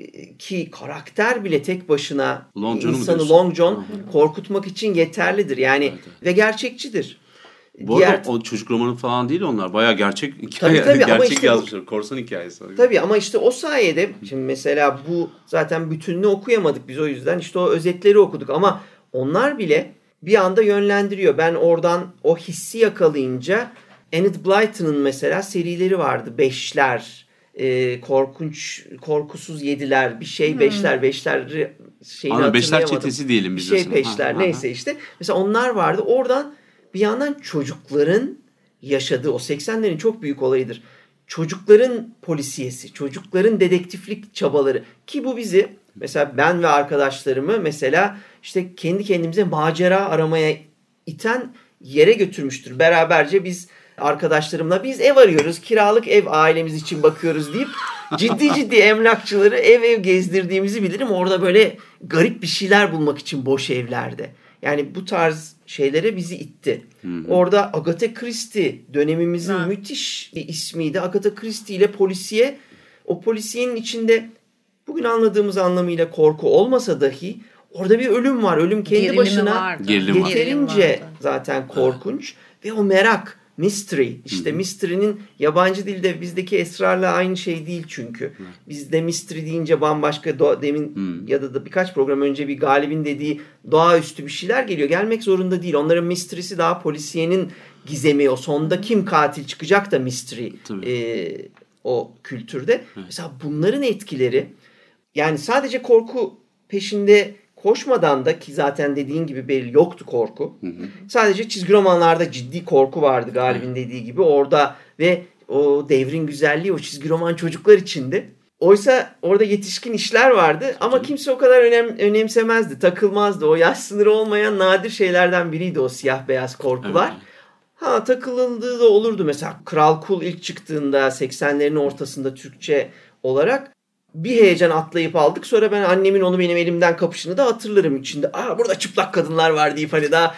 ki karakter bile tek başına Long insanı Long John korkutmak için yeterlidir. Yani evet, evet. ve gerçekçidir. Bu Diğer... arada o çocuk romanı falan değil onlar. Bayağı gerçek hikaye, tabii, tabii, gerçek işte yazmışlar. Bu... Korsan hikayesi. Tabii ama işte o sayede şimdi mesela bu zaten bütününü okuyamadık biz o yüzden işte o özetleri okuduk ama onlar bile bir anda yönlendiriyor. Ben oradan o hissi yakalayınca Enid Blyton'ın mesela serileri vardı. Beşler, e, korkunç, korkusuz yediler, bir şey hmm. beşler, beşler şeyini Ana, beşler çetesi diyelim biz. Bir şey peşler ha, neyse ha. işte. Mesela onlar vardı. Oradan bir yandan çocukların yaşadığı o seksenlerin çok büyük olayıdır. Çocukların polisiyesi, çocukların dedektiflik çabaları ki bu bizi mesela ben ve arkadaşlarımı mesela işte kendi kendimize macera aramaya iten yere götürmüştür. Beraberce biz arkadaşlarımla biz ev arıyoruz, kiralık ev ailemiz için bakıyoruz deyip ciddi ciddi emlakçıları ev ev gezdirdiğimizi bilirim. Orada böyle garip bir şeyler bulmak için boş evlerde. Yani bu tarz şeylere bizi itti. Hı hı. Orada Agatha Christie dönemimizin ha. müthiş bir ismiydi. Agatha Christie ile polisiye, o polisiyenin içinde bugün anladığımız anlamıyla korku olmasa dahi orada bir ölüm var. Ölüm kendi Gerilimi başına vardı. yeterince zaten korkunç ve o merak, mystery. İşte Hı-hı. mystery'nin yabancı dilde bizdeki esrarla aynı şey değil çünkü. Hı. Bizde mystery deyince bambaşka doğa, demin Hı. ya da, da birkaç program önce bir Galip'in dediği doğaüstü bir şeyler geliyor. Gelmek zorunda değil. Onların mystery'si daha polisiyenin gizemi. O sonda kim katil çıkacak da mystery e, o kültürde. Hı. Mesela bunların etkileri yani sadece korku peşinde koşmadan da ki zaten dediğin gibi belli yoktu korku. Hı hı. Sadece çizgi romanlarda ciddi korku vardı Galip'in dediği gibi orada ve o devrin güzelliği o çizgi roman çocuklar içindi. Oysa orada yetişkin işler vardı ama kimse o kadar önem, önemsemezdi, takılmazdı. O yaş sınırı olmayan nadir şeylerden biriydi o siyah beyaz korkular. Evet. Ha takılındığı da olurdu mesela Kral Kul ilk çıktığında seksenlerin ortasında Türkçe olarak bir heyecan atlayıp aldık. Sonra ben annemin onu benim elimden kapışını da hatırlarım içinde. Aa burada çıplak kadınlar var deyip hani daha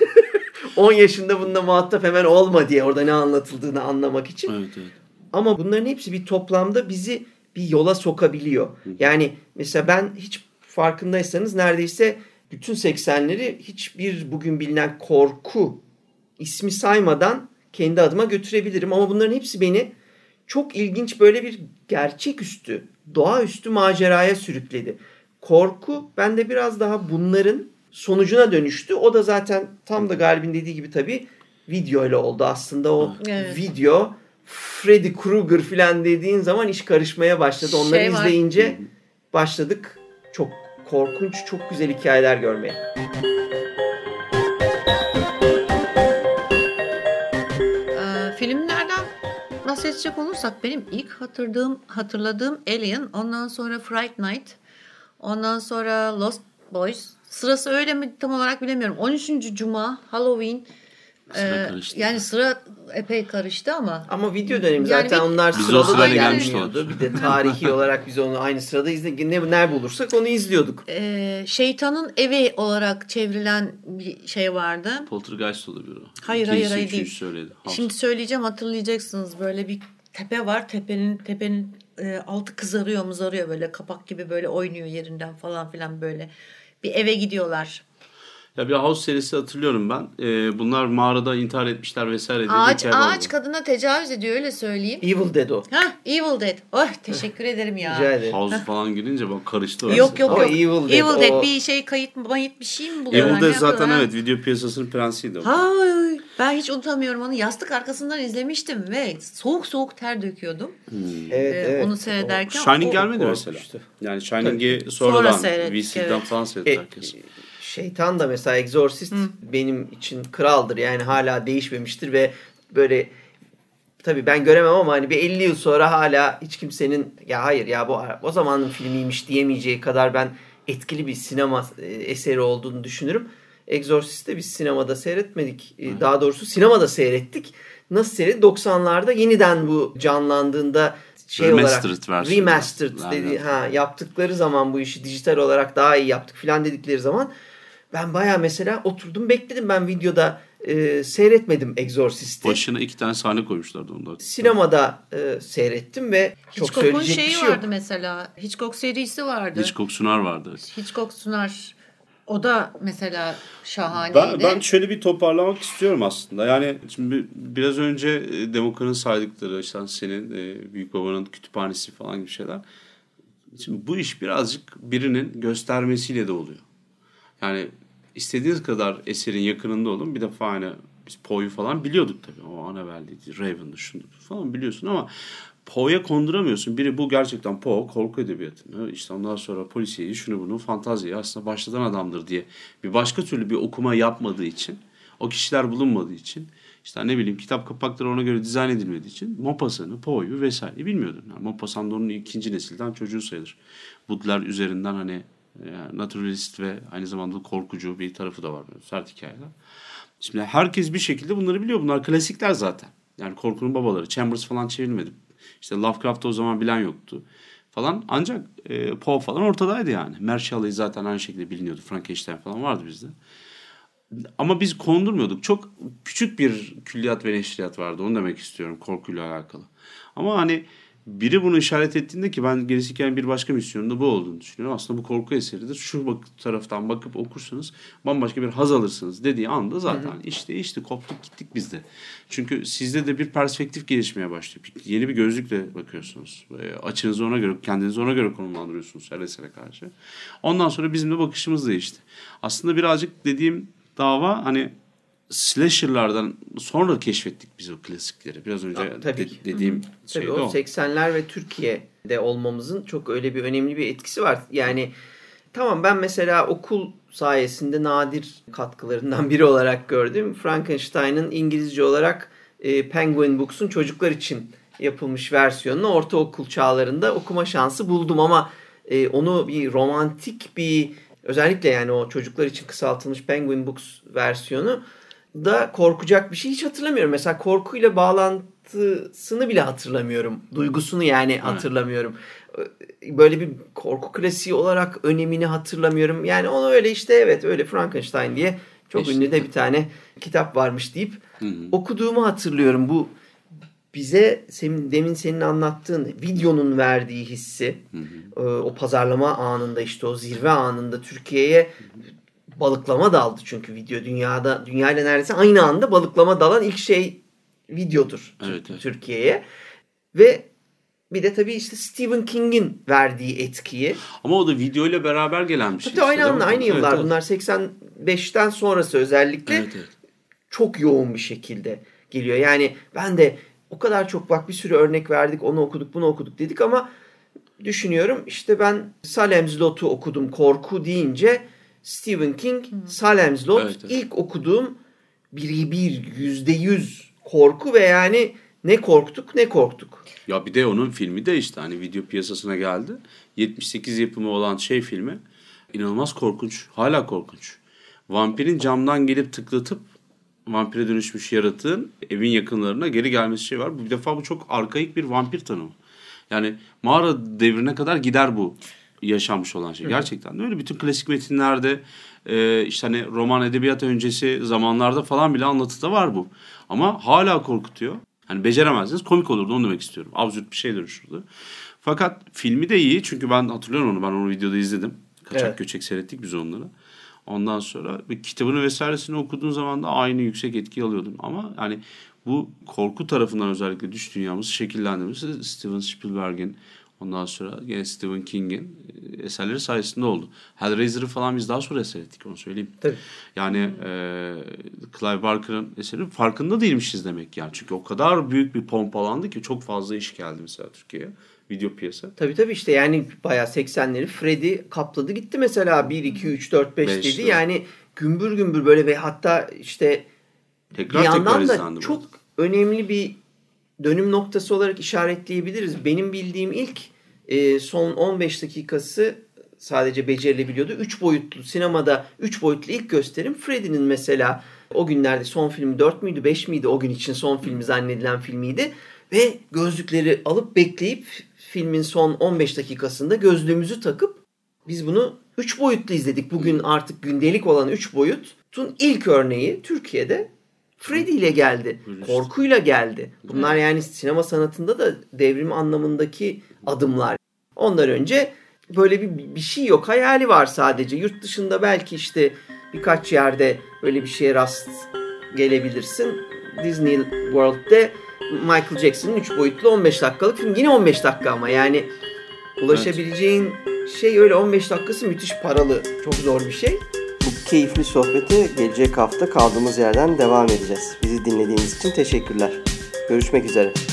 on yaşında bununla muhatap hemen olma diye orada ne anlatıldığını anlamak için. Evet, evet. Ama bunların hepsi bir toplamda bizi bir yola sokabiliyor. Yani mesela ben hiç farkındaysanız neredeyse bütün seksenleri hiçbir bugün bilinen korku ismi saymadan kendi adıma götürebilirim. Ama bunların hepsi beni çok ilginç böyle bir gerçeküstü, doğaüstü maceraya sürükledi. Korku bende biraz daha bunların sonucuna dönüştü. O da zaten tam da Galip'in dediği gibi tabii video ile oldu. Aslında o evet. video Freddy Krueger falan dediğin zaman iş karışmaya başladı. Onları şey izleyince var. başladık çok korkunç, çok güzel hikayeler görmeye. Ee, filmlerden bahsedecek olursak benim ilk hatırladığım, hatırladığım Alien, ondan sonra Fright Night, ondan sonra Lost Boys. Sırası öyle mi tam olarak bilemiyorum. on üçüncü Cuma, Halloween. Sıra karıştı. Yani sıra epey karıştı ama. Ama video dönemi yani zaten bir, onlar sırada gelmiyordu. Bir de tarihi olarak biz onu aynı sırada izledik. Ne, ne bulursak onu izliyorduk. Ee, şeytanın evi olarak çevrilen bir şey vardı. Poltergeist olabilir o. Hayır hayır hayır değil. Söyledi. Şimdi söyleyeceğim hatırlayacaksınız. Böyle bir tepe var. Tepenin tepenin e, altı kızarıyor mızarıyor böyle kapak gibi böyle oynuyor yerinden falan filan böyle. Bir eve gidiyorlar. Ya bir House serisi hatırlıyorum ben. Ee, bunlar mağarada intihar etmişler vesaire. Ağaç, ağaç kadına tecavüz ediyor öyle söyleyeyim. Evil Dead o. Ha, Evil Dead. Oh teşekkür ederim ya. Rica ederim. House falan girince bak karıştı. Yok yok yok. Evil Dead, Evil Dead o... bir şey kayıt mayıt bir şey mi buluyorlar? Evil Dead zaten ha? Evet video piyasasının prensiydi o. Hayır. Ben hiç unutamıyorum onu. Yastık arkasından izlemiştim ve soğuk soğuk ter döküyordum. Hmm. Evet, ee, evet. Onu seyrederken. O, Shining o, gelmedi o, mesela. Işte. Yani Shining'i sonradan Sonra V C'den evet. falan seyretti e, herkes. Şeytan da mesela Exorcist Hı. benim için kraldır. Yani hala değişmemiştir ve böyle tabii ben göremem ama hani bir elli yıl sonra hala hiç kimsenin ya hayır ya bu o zamanın filmiymiş diyemeyeceği kadar ben etkili bir sinema eseri olduğunu düşünürüm. Exorcist'i biz sinemada seyretmedik. Hı. Daha doğrusu sinemada seyrettik. Nasıl seyrettik? doksanlarda yeniden bu canlandığında şey remastered olarak remastered dedi, ha, yaptıkları zaman bu işi dijital olarak daha iyi yaptık falan dedikleri zaman ben bayağı mesela oturdum bekledim. Ben videoda e, seyretmedim Exorcist'i. Başına iki tane sahne koymuşlardı onlar. Sinemada e, seyrettim ve çok Hitchcock'un söyleyecek şeyi bir şey yok. vardı mesela. Hitchcock serisi vardı. Hitchcock Sunar vardı. Hitchcock Sunar. O da mesela şahaneydi. Ben, ben şöyle bir toparlamak istiyorum aslında. Yani şimdi biraz önce Demoka'nın saydıkları, işte senin büyük babanın kütüphanesi falan gibi şeyler. Şimdi bu iş birazcık birinin göstermesiyle de oluyor. Yani istediğiniz kadar eserin yakınında olun. Bir defa hani biz Poe'yu falan biliyorduk tabii. O Annabelle'ydi, Raven'dı, şunu falan biliyorsun ama Poe'ya konduramıyorsun. Biri bu gerçekten Poe korku edebiyatını, işte ondan sonra polisiyeyi, şunu bunu, fantaziyi aslında başlatan adamdır diye bir başka türlü bir okuma yapmadığı için, o kişiler bulunmadığı için, işte ne bileyim kitap kapakları ona göre dizayn edilmediği için Maupassant'ı, Poe'yu vesaire bilmiyordum. Yani Maupassant onun ikinci nesilden çocuğu sayılır. Baudelaire üzerinden hani yani naturalist ve aynı zamanda korkucu bir tarafı da var. Sert hikayeler. Şimdi herkes bir şekilde bunları biliyor. Bunlar klasikler zaten. Yani korkunun babaları. Chambers falan çevrilmedi. İşte Lovecraft'ı o zaman bilen yoktu falan. Ancak e, Poe falan ortadaydı yani. Mary Shelley zaten aynı şekilde biliniyordu. Frankenstein falan vardı bizde. Ama biz kondurmuyorduk. Çok küçük bir külliyat ve neşriyat vardı. Onu demek istiyorum korkuyla alakalı. Ama hani biri bunu işaret ettiğinde ki ben gerisi hikayenin bir başka misyonunda bu olduğunu düşünüyorum. Aslında bu korku eseridir. Şu bak, taraftan bakıp okursanız bambaşka bir haz alırsınız dediği anda zaten hı hı. iş değişti. Koptuk gittik biz de. Çünkü sizde de bir perspektif gelişmeye başlıyor. Yeni bir gözlükle bakıyorsunuz. Açınızı ona göre, kendinizi ona göre konumlandırıyorsunuz her esere karşı. Ondan sonra bizim de bakışımız değişti. Aslında birazcık dediğim dava hani slasher'lardan sonra keşfettik biz o klasikleri. Biraz önce Aa, tabii de, dediğim Hı-hı. şey tabii o. o. seksenler ve Türkiye'de olmamızın çok öyle bir önemli bir etkisi var. Yani tamam ben mesela okul sayesinde nadir katkılarından biri olarak gördüm. Frankenstein'ın İngilizce olarak e, Penguin Books'un çocuklar için yapılmış versiyonunu ortaokul çağlarında okuma şansı buldum ama e, onu bir romantik bir özellikle yani o çocuklar için kısaltılmış Penguin Books versiyonu da korkacak bir şey hiç hatırlamıyorum. Mesela korkuyla bağlantısını bile hatırlamıyorum. Duygusunu yani hatırlamıyorum. Böyle bir korku klasiği olarak önemini hatırlamıyorum. Yani onu öyle işte evet öyle Frankenstein diye çok işte. Ünlü de bir tane kitap varmış deyip hı hı. okuduğumu hatırlıyorum. Bu bize senin, demin senin anlattığın videonun verdiği hissi hı hı. o pazarlama anında işte o zirve anında Türkiye'ye balıklama daldı çünkü video dünyada dünyayla neredeyse aynı anda balıklama dalan ilk şey videodur evet, evet. Türkiye'ye ve bir de tabii işte Stephen King'in verdiği etkiyi. Ama o da video ile beraber gelen bir şey. Tabii aynı anda aynı yıllar evet, bunlar evet. seksen beşten sonrası özellikle evet, evet. çok yoğun bir şekilde geliyor. Yani ben de o kadar çok bak bir sürü örnek verdik onu okuduk bunu okuduk dedik ama düşünüyorum işte ben Salem's Lot'u okudum korku deyince Stephen King, hmm. Salem's Lot evet, evet. ilk okuduğum bir bir yüzde yüz korku ve yani ne korktuk ne korktuk. Ya bir de onun filmi de işte hani video piyasasına geldi. yetmiş sekiz yapımı olan şey filmi inanılmaz korkunç. Hala korkunç. Vampirin camdan gelip tıklatıp vampire dönüşmüş yaratığın evin yakınlarına geri gelmesi şey var. Bir defa bu çok arkaik bir vampir tanımı. Yani mağara devrine kadar gider bu yaşanmış olan şey. Gerçekten de öyle. Bütün klasik metinlerde e, işte hani roman edebiyat öncesi zamanlarda falan bile anlatıda var bu. Ama hala korkutuyor. Hani beceremezdiniz komik olurdu onu demek istiyorum. Absürt bir şey dönüşürdü. Fakat filmi de iyi çünkü ben hatırlıyorum onu. Ben onu videoda izledim. Kaçak evet. göçek seyrettik biz onları. Ondan sonra kitabını vesairesini okuduğun zaman da aynı yüksek etki alıyordun. Ama yani bu korku tarafından özellikle düş dünyamızı şekillendirmesi Steven Spielberg'in ondan sonra yine Stephen King'in eserleri sayesinde oldu. Hellraiser'ı falan biz daha sonra seyrettik onu söyleyeyim. Tabii. Yani e, Clive Barker'ın eseri farkında değilmişiz demek yani. Çünkü o kadar büyük bir pompalandı ki çok fazla iş geldi mesela Türkiye'ye. Video piyasa. Tabii tabii işte yani bayağı seksenleri Freddy kapladı gitti mesela bir, iki, üç, dört, beş dedi. Lira. Yani gümbür gümbür böyle ve hatta işte tekrar, bir yandan da çok burada. Önemli bir dönüm noktası olarak işaretleyebiliriz. Benim bildiğim ilk e, son on beş dakikası sadece becerilebiliyordu. Üç boyutlu sinemada üç boyutlu ilk gösterim Freddy'nin mesela o günlerde son filmi dört müydü beş miydi o gün için son filmi zannedilen filmiydi. Ve gözlükleri alıp bekleyip filmin son on beş dakikasında gözlüğümüzü takıp biz bunu üç boyutlu izledik. Bugün artık gündelik olan üç boyutun ilk örneği Türkiye'de Freddy ile geldi. Korkuyla geldi. Bunlar yani sinema sanatında da devrim anlamındaki adımlar. Ondan önce böyle bir, bir şey yok. Hayali var sadece. Yurt dışında belki işte birkaç yerde böyle bir şeye rast gelebilirsin. Disney World'de Michael Jackson'ın üç boyutlu on beş dakikalık film. Yine on beş dakika ama yani ulaşabileceğin evet. şey öyle on beş dakikası müthiş paralı. Çok zor bir şey. Bu keyifli sohbete gelecek hafta kaldığımız yerden devam edeceğiz. Bizi dinlediğiniz için teşekkürler. Görüşmek üzere.